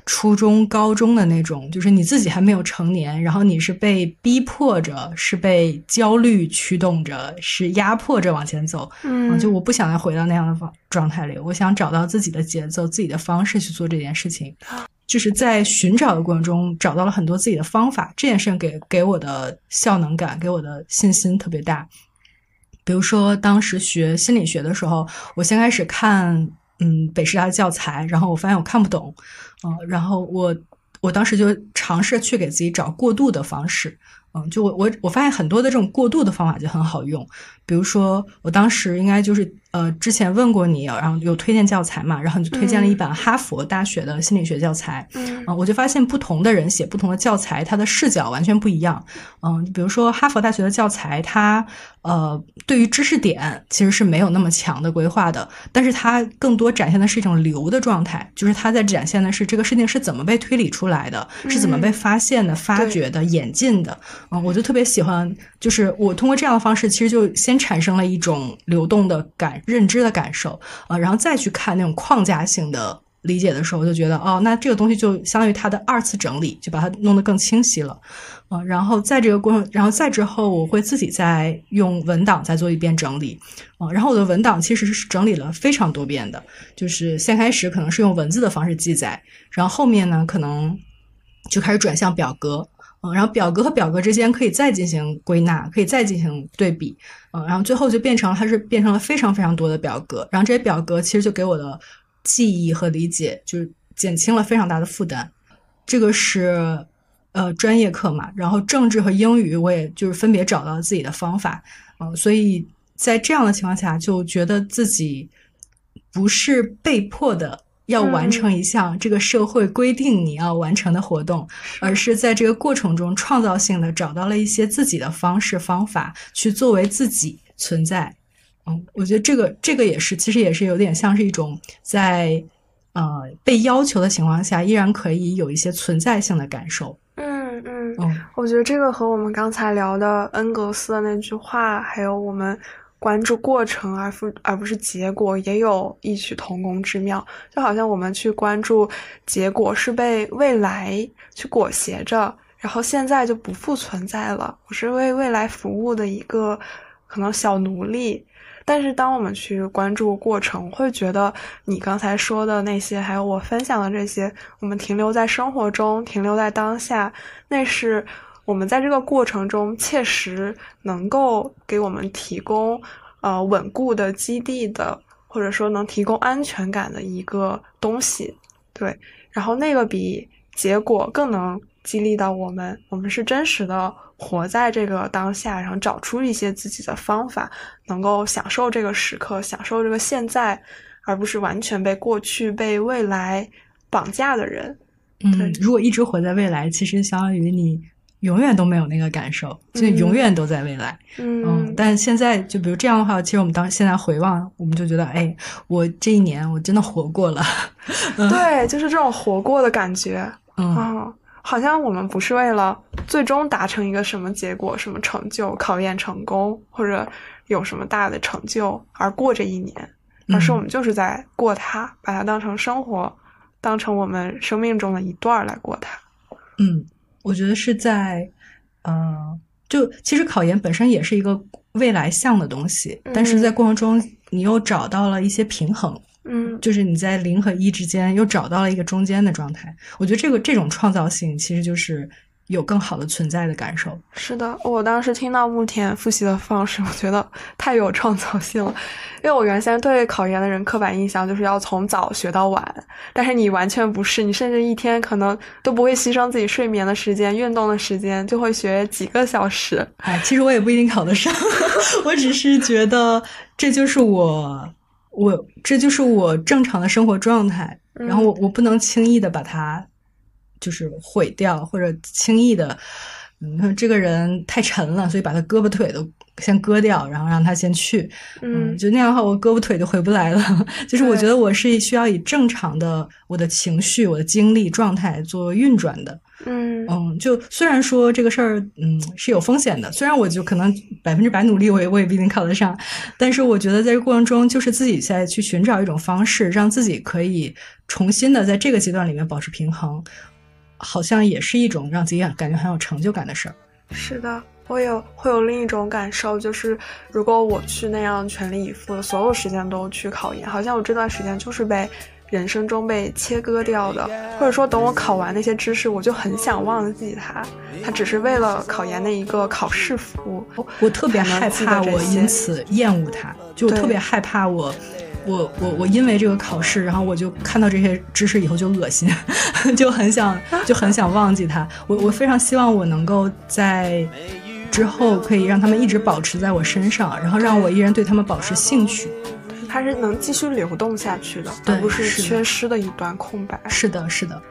初中高中的那种，就是你自己还没有成年，然后你是被逼迫着，是被焦虑驱动着，是压迫着往前走。 嗯， 就我不想再回到那样的状态里，我想找到自己的节奏，自己的方式去做这件事情。就是在寻找的过程中找到了很多自己的方法，这件事给给我的效能感，给我的信心特别大。比如说当时学心理学的时候，我先开始看嗯北师大的教材，然后我发现我看不懂，嗯、呃，然后我我当时就尝试去给自己找过渡的方式，嗯，就我我我发现很多的这种过渡的方法就很好用。比如说我当时应该就是呃之前问过你，然后有推荐教材嘛，然后你就推荐了一版哈佛大学的心理学教材，嗯、呃，我就发现不同的人写不同的教材，他的视角完全不一样。嗯、呃，比如说哈佛大学的教材，它呃对于知识点其实是没有那么强的规划的，但是它更多展现的是一种流的状态，就是它在展现的是这个事情是怎么被推理出来的，是怎么被发现的、发掘的、演进的。嗯，我就特别喜欢，就是我通过这样的方式，其实就先产生了一种流动的感、认知的感受，呃，然后再去看那种框架性的理解的时候，我就觉得哦，那这个东西就相当于它的二次整理，就把它弄得更清晰了。呃，然后在这个过程，然后再之后，我会自己再用文档再做一遍整理。呃，然后我的文档其实是整理了非常多遍的，就是先开始可能是用文字的方式记载，然后后面呢可能就开始转向表格。嗯，然后表格和表格之间可以再进行归纳，可以再进行对比，嗯，然后最后就变成它是变成了非常非常多的表格，然后这些表格其实就给我的记忆和理解就是减轻了非常大的负担。这个是呃专业课嘛，然后政治和英语我也就是分别找到了自己的方法，嗯，所以在这样的情况下就觉得自己不是被迫的要完成一项这个社会规定你要完成的活动，嗯，而是在这个过程中创造性的找到了一些自己的方式方法去作为自己存在。嗯，我觉得这个这个也是其实也是有点像是一种在呃被要求的情况下依然可以有一些存在性的感受。 嗯嗯嗯，我觉得这个和我们刚才聊的恩格斯的那句话，还有我们关注过程而不而不是结果也有异曲同工之妙。就好像我们去关注结果是被未来去裹挟着，然后现在就不复存在了，我是为未来服务的一个可能小奴隶。但是当我们去关注过程，会觉得你刚才说的那些还有我分享的这些，我们停留在生活中，停留在当下，那是我们在这个过程中切实能够给我们提供呃稳固的基地的，或者说能提供安全感的一个东西。对，然后那个比结果更能激励到我们，我们是真实的活在这个当下，然后找出一些自己的方法，能够享受这个时刻，享受这个现在，而不是完全被过去被未来绑架的人。 嗯，如果一直活在未来，其实相当于你永远都没有那个感受，就永远都在未来。嗯, 嗯但现在就比如这样的话，其实我们当现在回望，我们就觉得哎，我这一年我真的活过了。 嗯、对，就是这种活过的感觉。 嗯、 哦，好像我们不是为了最终达成一个什么结果、什么成就、考验成功或者有什么大的成就而过这一年，而是我们就是在过它，把它当成生活，当成我们生命中的一段来过它。 嗯，我觉得是在呃，就其实考研本身也是一个未来向的东西，嗯、但是在过程中你又找到了一些平衡。 嗯， 就是你在零和一之间又找到了一个中间的状态，我觉得这个这种创造性其实就是有更好的存在的感受。 是的，我当时听到慕田复习的方式，我觉得太有创造性了。因为我原先对考研的人刻板印象就是要从早学到晚，但是你完全不是，你甚至一天可能都不会牺牲自己睡眠的时间、运动的时间，就会学几个小时。 哎，其实我也不一定考得上，我只是觉得这就是我。我这就是我正常的生活状态， 嗯、 然后我我不能轻易的把它就是毁掉，或者轻易的，你看这个人太沉了，所以把他胳膊腿都先割掉，然后让他先去， 嗯， 嗯就那样的话，我胳膊腿就回不来了。就是我觉得我是需要以正常的我的情绪、我的精力状态做运转的。 嗯嗯，就虽然说这个事儿嗯是有风险的，虽然我就可能百分之百努力我也我也不一定考得上，但是我觉得在这个过程中就是自己在去寻找一种方式，让自己可以重新的在这个阶段里面保持平衡，好像也是一种让自己感觉很有成就感的事儿。 是的，我有会有另一种感受，就是如果我去那样全力以赴的所有时间都去考研，好像我这段时间就是被人生中被切割掉的，或者说等我考完那些知识，我就很想忘记它，它只是为了考研的一个考试服务。 我特别害怕我因此厌恶它，就特别害怕我我我我因为这个考试，然后我就看到这些知识以后就恶心，就很想就很想忘记它。我我非常希望我能够在之后可以让他们一直保持在我身上，然后让我依然对他们保持兴趣。 它是能继续流动下去的，而不是缺失的一段空白。 是的，是的。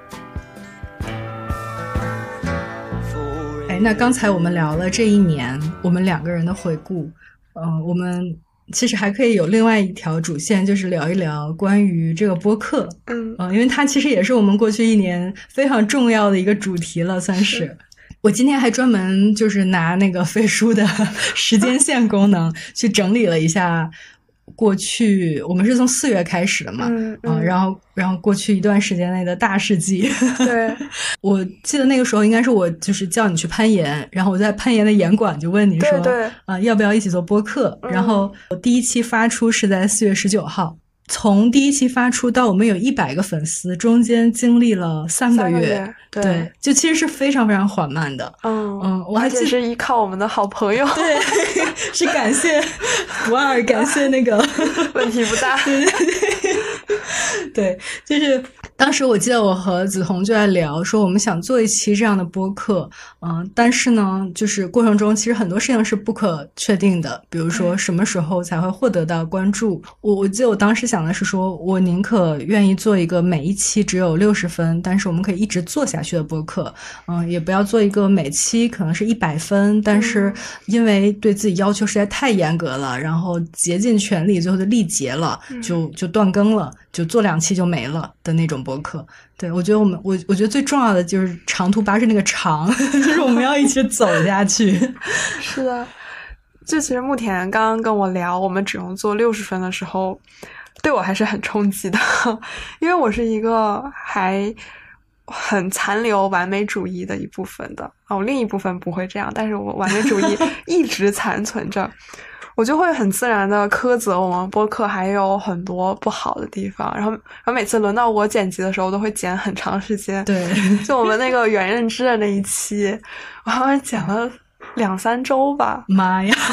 哎，那刚才我们聊了这一年我们两个人的回顾，嗯、呃，我们其实还可以有另外一条主线，就是聊一聊关于这个播客。 嗯、 呃，因为它其实也是我们过去一年非常重要的一个主题了，算是。是我今天还专门就是拿那个飞书的时间线功能去整理了一下。过去我们是从四月开始的嘛， 嗯嗯、 呃，然后然后过去一段时间内的大事记， 对， 我记得那个时候应该是我就是叫你去攀岩，然后我在攀岩的岩馆就问你说， 对对啊、呃，要不要一起做播客？嗯、然后我第一期发出是在四月十九号。从第一期发出到我们有一百个粉丝，中间经历了三个月， 个月 对, 对，就其实是非常非常缓慢的。 嗯嗯，我还记得是依靠我们的好朋友， 对，是感谢不二，感谢那个问题不大， 对对对，对，就是当时我记得我和梓潼就在聊，说我们想做一期这样的播客，嗯、呃，但是呢，就是过程中其实很多事情是不可确定的，比如说什么时候才会获得到关注。我我记得我当时想的是说，我宁可愿意做一个每一期只有六十分，但是我们可以一直做下去的播客，嗯、呃，也不要做一个每期可能是一百分，但是因为对自己要求实在太严格了，然后竭尽全力，最后就力竭了，就就断更了，就做两期就没了的那种播客。对，我觉得我们我我觉得最重要的就是长途巴士那个长，就是我们要一直走下去。 是的，就其实慕田刚刚跟我聊我们只用做六十分的时候，对我还是很冲击的，因为我是一个还很残留完美主义的一部分的啊，我另一部分不会这样，但是我完美主义一直残存着。我就会很自然的苛责我们播客还有很多不好的地方，然后然后每次轮到我剪辑的时候，我都会剪很长时间。 对， 就我们那个原认知的那一期，我好像剪了两三周吧。 妈呀！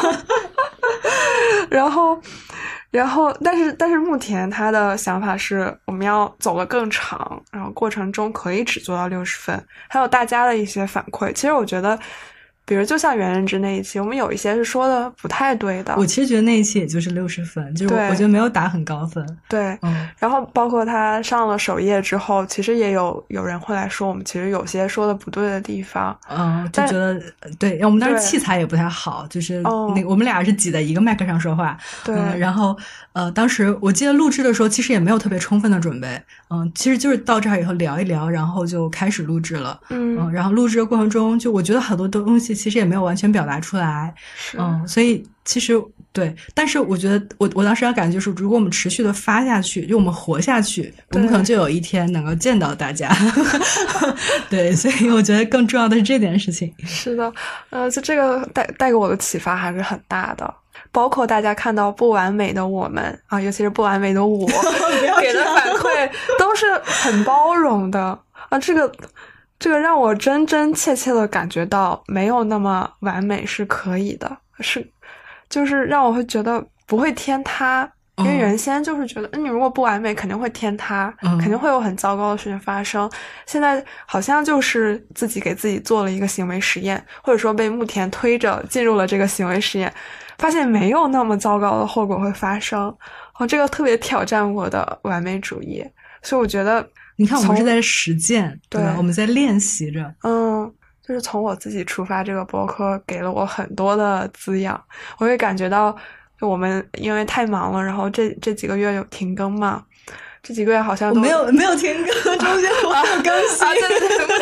然后，然后，但是但是慕田他的想法是，我们要走得更长，然后过程中可以只做到六十分。还有大家的一些反馈，其实我觉得。比如就像原认知那一期，我们有一些是说的不太对的。 我其实觉得那一期也就是六十分，就是我我觉得没有打很高分。 对， 嗯。 然后包括他上了首页之后，其实也有有人会来说我们其实有些说的不对的地方。 嗯，就觉得对，我们当时器材也不太好，就是那、 哦、 我们俩是挤在一个麦克上说话。 对、 嗯。然后呃，当时我记得录制的时候，其实也没有特别充分的准备。嗯，其实就是到这儿以后聊一聊，然后就开始录制了。 嗯。 嗯，然后录制的过程中，就我觉得很多东西其实也没有完全表达出来。嗯，所以其实对，但是我觉得我我当时的感觉就是，如果我们持续的发下去，就我们活下去，我们可能就有一天能够见到大家。对，所以我觉得更重要的是这件事情。 是的，呃，就这个带带给我的启发还是很大的。包括大家看到不完美的我们啊，尤其是不完美的我给的反馈都是很包容的啊，这个这个让我真真切切的感觉到没有那么完美是可以的，是就是让我会觉得不会天塌。因为原先就是觉得，嗯，你如果不完美，肯定会天塌， 嗯， 肯定会有很糟糕的事情发生。现在好像就是自己给自己做了一个行为实验，或者说被慕田推着进入了这个行为实验，发现没有那么糟糕的后果会发生。哦，这个特别挑战我的完美主义，所以我觉得， 你看我们是在实践，对吧？我们在练习着， 嗯。就是从我自己出发，这个播客给了我很多的滋养，我会感觉到。我们因为太忙了，然后这这几个月有停更嘛？这几个月好像都我没有没有停更，中间我有更新， 啊，对对对，目前有更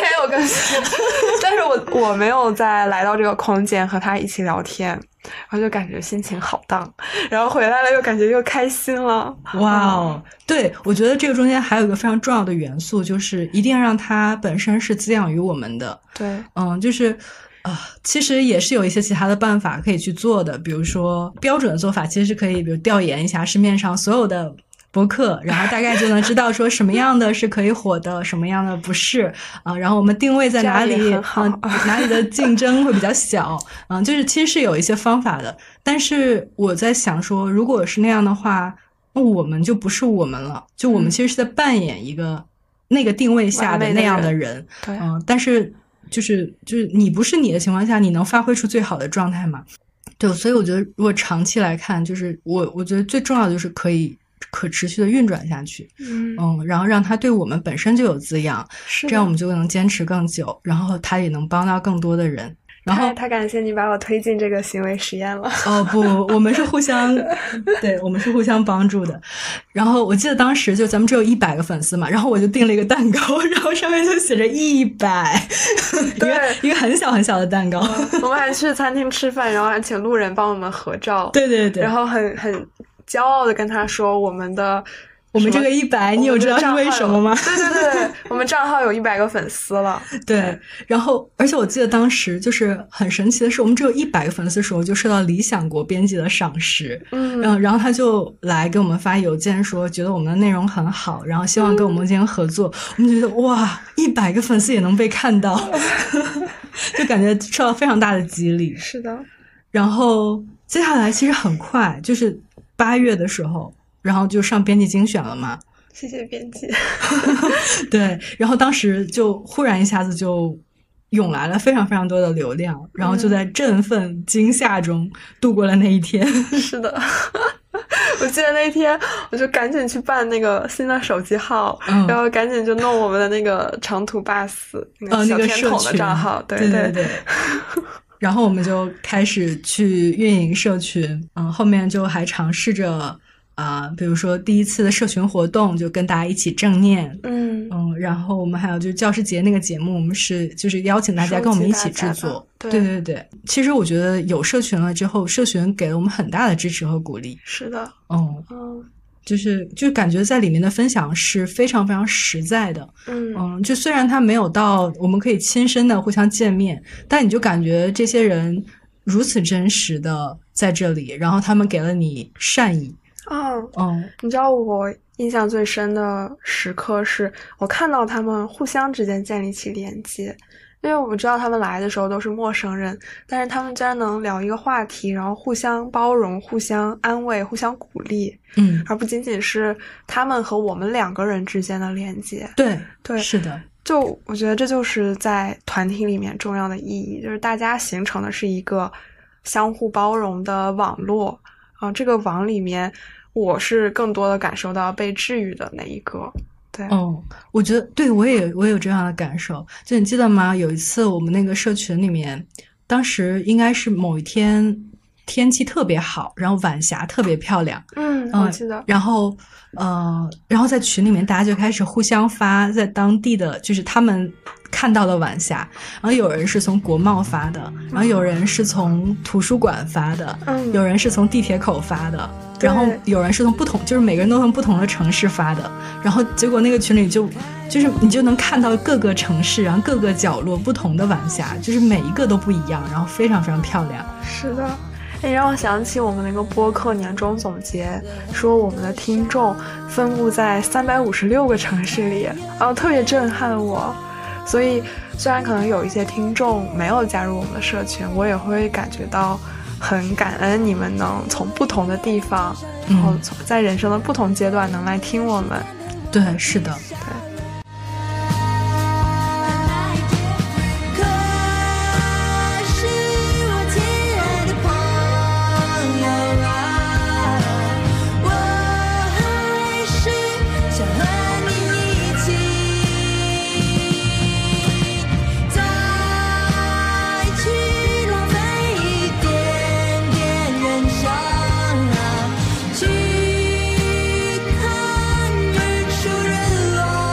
系。但是我我没有再来到这个空间和他一起聊天，然后就感觉心情好荡，然后回来了又感觉又开心了。 哇哦，对，我觉得这个中间还有一个非常重要的元素，就是一定要让它本身是滋养于我们的。 对， 嗯，就是啊、呃，其实也是有一些其他的办法可以去做的，比如说标准的做法其实是可以比如调研一下市面上所有的播客，然后大概就能知道说什么样的是可以火的，什么样的不是啊、呃，然后我们定位在哪里啊、呃，哪里的竞争会比较小啊、呃，就是其实是有一些方法的。但是我在想说，如果是那样的话，那我们就不是我们了，就我们其实是在扮演一个那个定位下的那样的人， 对， 嗯、呃，但是就是就是你不是你的情况下，你能发挥出最好的状态吗？对，所以我觉得如果长期来看，就是我我觉得最重要的就是可以可持续的运转下去， 嗯嗯，然后让它对我们本身就有滋养， 是这样我们就能坚持更久，然后它也能帮到更多的人。然后太感谢你把我推进这个行为实验了。 哦不，我们是互相，对，我们是互相帮助的。然后我记得当时就咱们只有一百个粉丝嘛，然后我就订了一个蛋糕，然后上面就写着一百，一个一个很小很小的蛋糕。 我们还去餐厅吃饭，然后还请路人帮我们合照。 对对对， 然后很很骄傲的跟他说我们的。 我们这个一百，你有知道是为什么吗？ 对对对，我们账号有一百个粉丝了。 对，然后而且我记得当时就是很神奇的是，我们只有一百个粉丝的时候就受到理想国编辑的赏识， 嗯， 然后然后他就来给我们发邮件说，觉得我们的内容很好，然后希望跟我们进行合作。嗯、我们觉得哇，一百个粉丝也能被看到，就感觉受到非常大的激励。 是的， 然后接下来其实很快，就是八月的时候。然后就上编辑精选了嘛， 谢谢编辑。 对，然后当时就忽然一下子就涌来了非常非常多的流量，然后就在振奋惊吓中度过了那一天。 是的，我记得那天我就赶紧去办那个新的手机号，嗯、然后赶紧就弄我们的那个长途 bus 那个小天筒的账号， 呃那个对对对对。然后我们就开始去运营社群，嗯，后面就还尝试着。啊、呃，比如说第一次的社群活动，就跟大家一起正念， 嗯嗯，然后我们还有就是教师节那个节目，我们是就是邀请大家跟我们一起制作， 对对对对。其实我觉得有社群了之后，社群给了我们很大的支持和鼓励。 是的， 嗯嗯， 就是就感觉在里面的分享是非常非常实在的， 嗯嗯，就虽然它没有到我们可以亲身的互相见面，但你就感觉这些人如此真实的在这里，然后他们给了你善意。 哦， 嗯， 你知道我印象最深的时刻是我看到他们互相之间建立起连接，因为我知道他们来的时候都是陌生人，但是他们竟然能聊一个话题，然后互相包容、互相安慰、互相鼓励， 嗯， 而不仅仅是他们和我们两个人之间的连接。 对对， 是的。 就我觉得这就是在团体里面重要的意义，就是大家形成的是一个相互包容的网络。啊，这个网里面，我是更多的感受到被治愈的那一个。对， 哦，我觉得对我也我也有这样的感受。就你记得吗？有一次我们那个社群里面，当时应该是某一天天气特别好，然后晚霞特别漂亮。 嗯，我记得。 嗯、然后呃，然后在群里面大家就开始互相发在当地的，就是他们看到了晚霞，然后有人是从国贸发的，然后有人是从图书馆发的， 嗯， 有人是从地铁口发的，然后有人是从不同，就是每个人都从不同的城市发的，然后结果那个群里就就是你就能看到各个城市，然后各个角落不同的晚霞，就是每一个都不一样，然后非常非常漂亮。 是的。你让我想起我们那个播客年终总结，说我们的听众分布在三百五十六个城市里，然后特别震撼我。所以虽然可能有一些听众没有加入我们的社群，我也会感觉到很感恩你们能从不同的地方，然后在人生的不同阶段能来听我们。 对，是的， 对。 去看日出日落。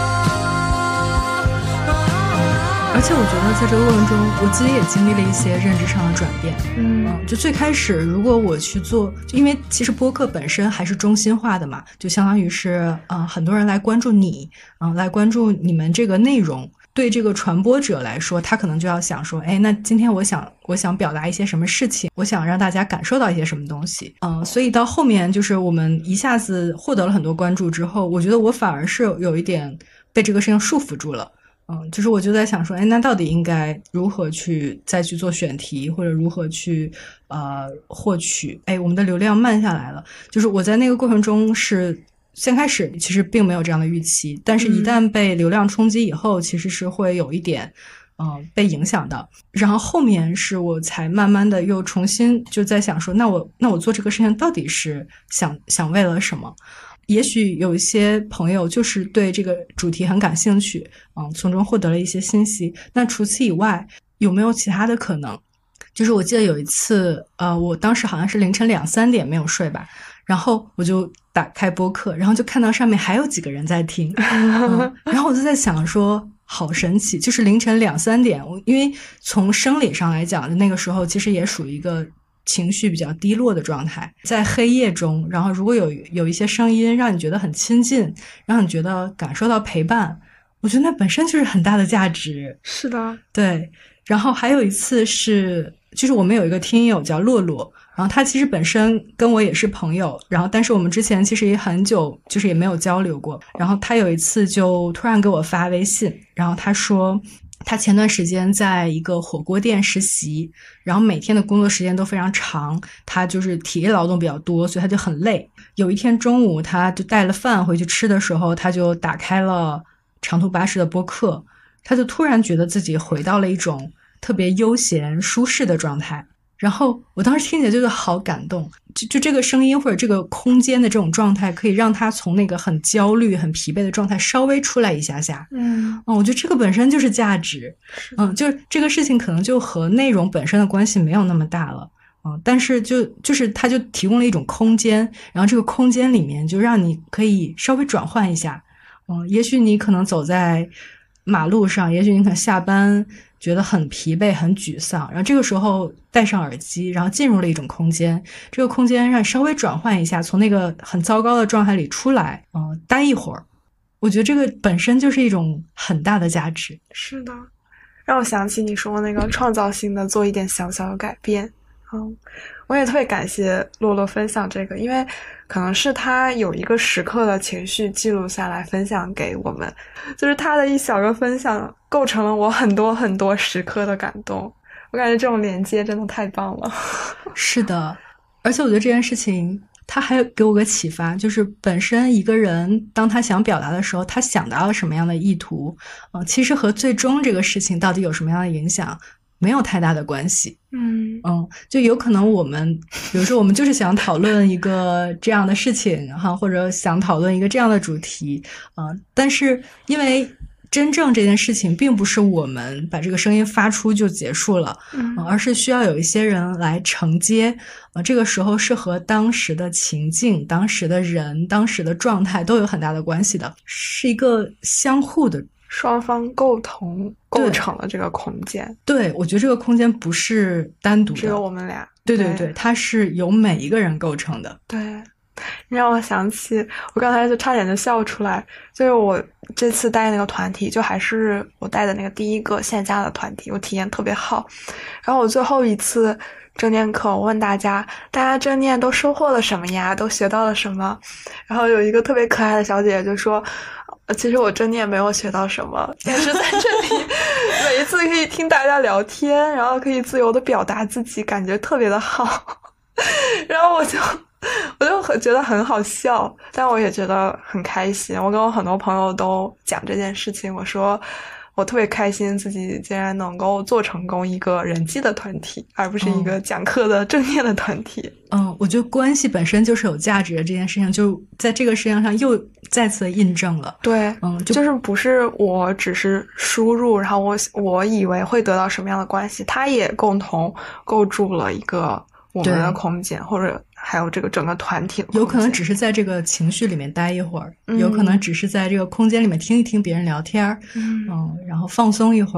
而且我觉得在这个过程中，我自己也经历了一些认知上的转变。 嗯， 嗯就最开始，如果我去做，就因为其实播客本身还是中心化的嘛，就相当于是，呃，很多人来关注你，嗯、呃，来关注你们这个内容。对这个传播者来说，他可能就要想说，哎，那今天我想我想表达一些什么事情，我想让大家感受到一些什么东西，嗯、呃，所以到后面就是我们一下子获得了很多关注之后，我觉得我反而是有一点被这个事情束缚住了。嗯，就是我就在想说，哎，那到底应该如何去再去做选题，或者如何去呃获取？哎，我们的流量慢下来了。就是我在那个过程中是先开始其实并没有这样的预期，但是一旦被流量冲击以后，嗯、其实是会有一点呃被影响的。然后后面是我才慢慢的又重新就在想说，那我那我做这个事情到底是想想为了什么？也许有一些朋友就是对这个主题很感兴趣，嗯，从中获得了一些信息。那除此以外，有没有其他的可能？就是我记得有一次，呃，我当时好像是凌晨两三点没有睡吧，然后我就打开播客，然后就看到上面还有几个人在听，嗯、然后我就在想说，好神奇，就是凌晨两三点，因为从生理上来讲，那个时候其实也属于一个情绪比较低落的状态，在黑夜中，然后如果有有一些声音让你觉得很亲近，让你觉得感受到陪伴，我觉得那本身就是很大的价值。 是的， 对。然后还有一次是，就是我们有一个听友叫洛洛，然后他其实本身跟我也是朋友，然后但是我们之前其实也很久就是也没有交流过，然后他有一次就突然给我发微信，然后他说他前段时间在一个火锅店实习，然后每天的工作时间都非常长，他就是体力劳动比较多，所以他就很累。有一天中午他就带了饭回去吃的时候，他就打开了长途巴士的播客，他就突然觉得自己回到了一种特别悠闲舒适的状态。然后我当时听起来就是好感动，就就这个声音或者这个空间的这种状态，可以让他从那个很焦虑很疲惫的状态稍微出来一下下。 嗯嗯，我觉得这个本身就是价值。嗯，就是这个事情可能就和内容本身的关系没有那么大了。嗯，但是就就是它就提供了一种空间，然后这个空间里面就让你可以稍微转换一下。嗯，也许你可能走在马路上，也许你可能下班觉得很疲惫很沮丧，然后这个时候戴上耳机，然后进入了一种空间，这个空间让你稍微转换一下，从那个很糟糕的状态里出来，嗯、呃，待一会儿，我觉得这个本身就是一种很大的价值。 是的，让我想起你说那个创造性的做一点小小的改变。嗯，我也特别感谢洛洛分享这个，因为可能是他有一个时刻的情绪记录下来分享给我们，就是他的一小个分享构成了我很多很多时刻的感动。我感觉这种连接真的太棒了。 是的，而且我觉得这件事情他还给我个启发，就是本身一个人当他想表达的时候，他想到了什么样的意图，呃，其实和最终这个事情到底有什么样的影响没有太大的关系。 嗯嗯，就有可能我们比如说我们就是想讨论一个这样的事情哈，或者想讨论一个这样的主题啊、呃，但是因为真正这件事情并不是我们把这个声音发出就结束了， 嗯呃、而是需要有一些人来承接，呃，这个时候是和当时的情境、当时的人、当时的状态都有很大的关系的，是一个相互的。 双方共同构成了这个空间。 对，我觉得这个空间不是单独的， 只有我们俩。 对对对，它是由每一个人构成的。 对，你让我想起我刚才就差点就笑出来，就是我这次带那个团体，就还是我带的那个第一个线下的团体，我体验特别好。然后我最后一次正念课，我问大家，大家正念都收获了什么呀？都学到了什么？然后有一个特别可爱的小姐姐就说，其实我正念没有学到什么，但是在这里每一次可以听大家聊天，然后可以自由的表达自己，感觉特别的好。然后我就我就很觉得很好笑，但我也觉得很开心。我跟我很多朋友都讲这件事情，我说我特别开心自己竟然能够做成功一个人际的团体，而不是一个讲课的正念的团体。 嗯，我觉得关系本身就是有价值的，这件事情就在这个事情上又再次印证了。 对， 嗯，就， 就是不是我只是输入，然后我我以为会得到什么样的关系，它也共同构筑了一个我们的空间，或者还有这个整个团体的空间。 有可能只是在这个情绪里面待一会儿， 嗯、 有可能只是在这个空间里面听一听别人聊天， 嗯, 嗯，然后放松一会儿，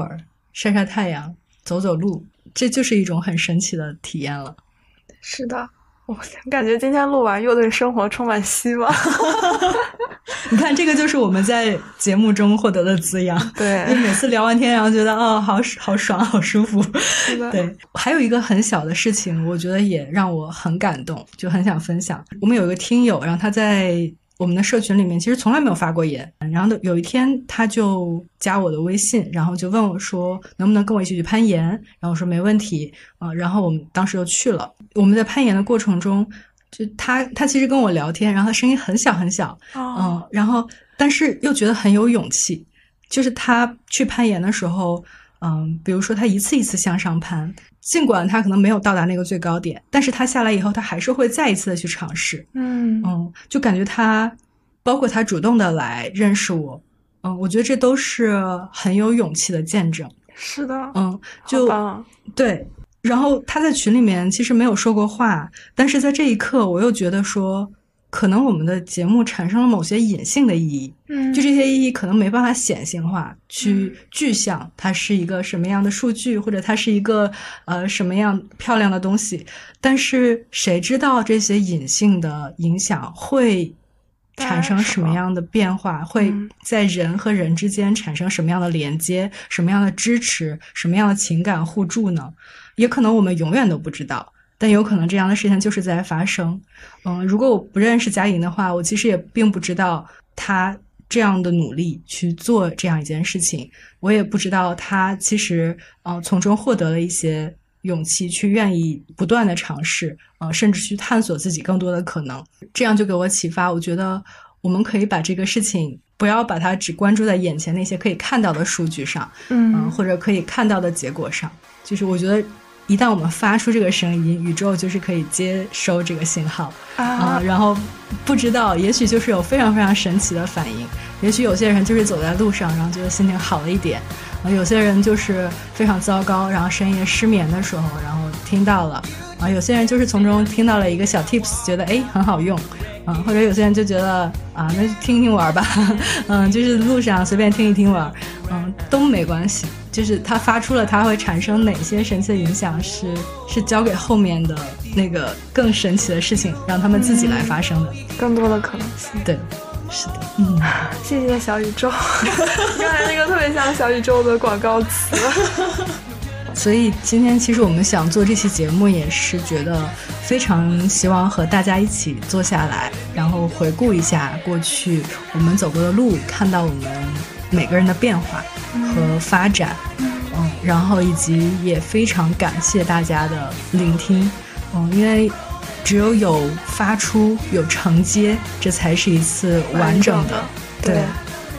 晒晒太阳，走走路，这就是一种很神奇的体验了。 是的，我感觉今天录完又对生活充满希望。 你看，这个就是我们在节目中获得的滋养。 对， 因为每次聊完天，然后觉得哦，好好爽，好舒服。对，还有一个很小的事情，我觉得也让我很感动，就很想分享。我们有一个听友，然后他在我们的社群里面其实从来没有发过言，然后有一天他就加我的微信，然后就问我说能不能跟我一起去攀岩，然后我说没问题、呃、然后我们当时就去了。我们在攀岩的过程中，就他他其实跟我聊天，然后他声音很小很小，嗯、 哦呃，然后但是又觉得很有勇气。就是他去攀岩的时候，嗯，比如说他一次一次向上攀，尽管他可能没有到达那个最高点，但是他下来以后，他还是会再一次的去尝试。 嗯嗯，就感觉他，包括他主动的来认识我，嗯，我觉得这都是很有勇气的见证。 是的， 嗯，就对。然后他在群里面其实没有说过话，但是在这一刻，我又觉得说，可能我们的节目产生了某些隐性的意义。 嗯， 就这些意义可能没办法显性化，去具象它是一个什么样的数据，或者它是一个呃什么样漂亮的东西，但是谁知道这些隐性的影响会产生什么样的变化，会在人和人之间产生什么样的连接，什么样的支持，什么样的情感互助呢？也可能我们永远都不知道，但有可能这样的事情就是在发生。嗯，如果我不认识佳莹的话，我其实也并不知道她这样的努力去做这样一件事情，我也不知道她其实呃从中获得了一些勇气，去愿意不断的尝试，呃甚至去探索自己更多的可能。这样就给我启发，我觉得我们可以把这个事情不要把它只关注在眼前那些可以看到的数据上，嗯、呃，或者可以看到的结果上。就是我觉得一旦我们发出这个声音，宇宙就是可以接收这个信号啊、呃，然后不知道也许就是有非常非常神奇的反应。也许有些人就是走在路上，然后觉得心情好了一点，啊，有些人就是非常糟糕，然后深夜失眠的时候，然后听到了，啊，有些人就是从中听到了一个小 tips， 觉得哎很好用，啊，或者有些人就觉得啊那就听听玩吧，嗯，就是路上随便听一听玩，嗯，都没关系。就是它发出了它会产生哪些神奇的影响，是是交给后面的那个更神奇的事情让他们自己来发生的、 嗯、更多的可能性。 对，是的，嗯， 谢谢小宇宙。刚才那个特别像小宇宙的广告词。 所以今天其实我们想做这期节目，也是觉得非常希望和大家一起坐下来，然后回顾一下过去我们走过的路，看到我们每个人的变化和发展，嗯，然后以及也非常感谢大家的聆听，嗯，因为只有有发出有承接，这才是一次完整的， 对，对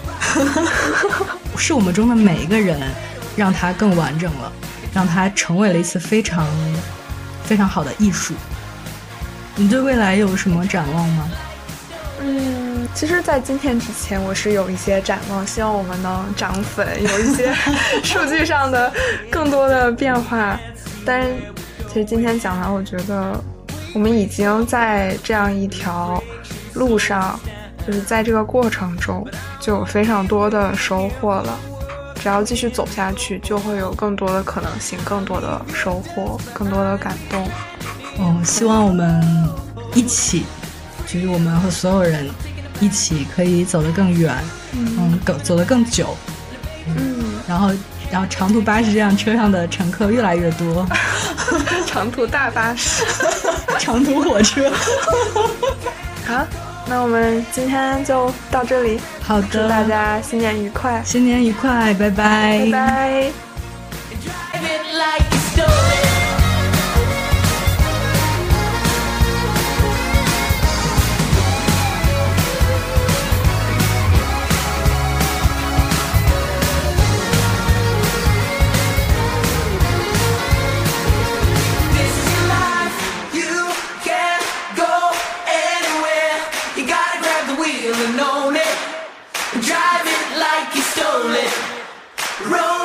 是我们中的每一个人让它更完整了，让它成为了一次非常非常好的艺术。你对未来有什么展望吗？ 嗯，其实在今天之前我是有一些展望，希望我们能涨粉，有一些数据上的更多的变化。但是其实今天讲完，我觉得我们已经在这样一条路上，就是在这个过程中就有非常多的收获了。只要继续走下去，就会有更多的可能性，更多的收获，更多的感动。 哦，希望我们一起，就是我们和所有人一起可以走得更远，嗯，嗯走得更久， 嗯， 然后然后长途巴士这辆车上的乘客越来越多， 长途大巴士， 长途火车。 好，那我们今天就到这里。 好的， 祝大家新年愉快， 新年愉快，拜拜， 拜拜。 Drive it like you stole it. Roll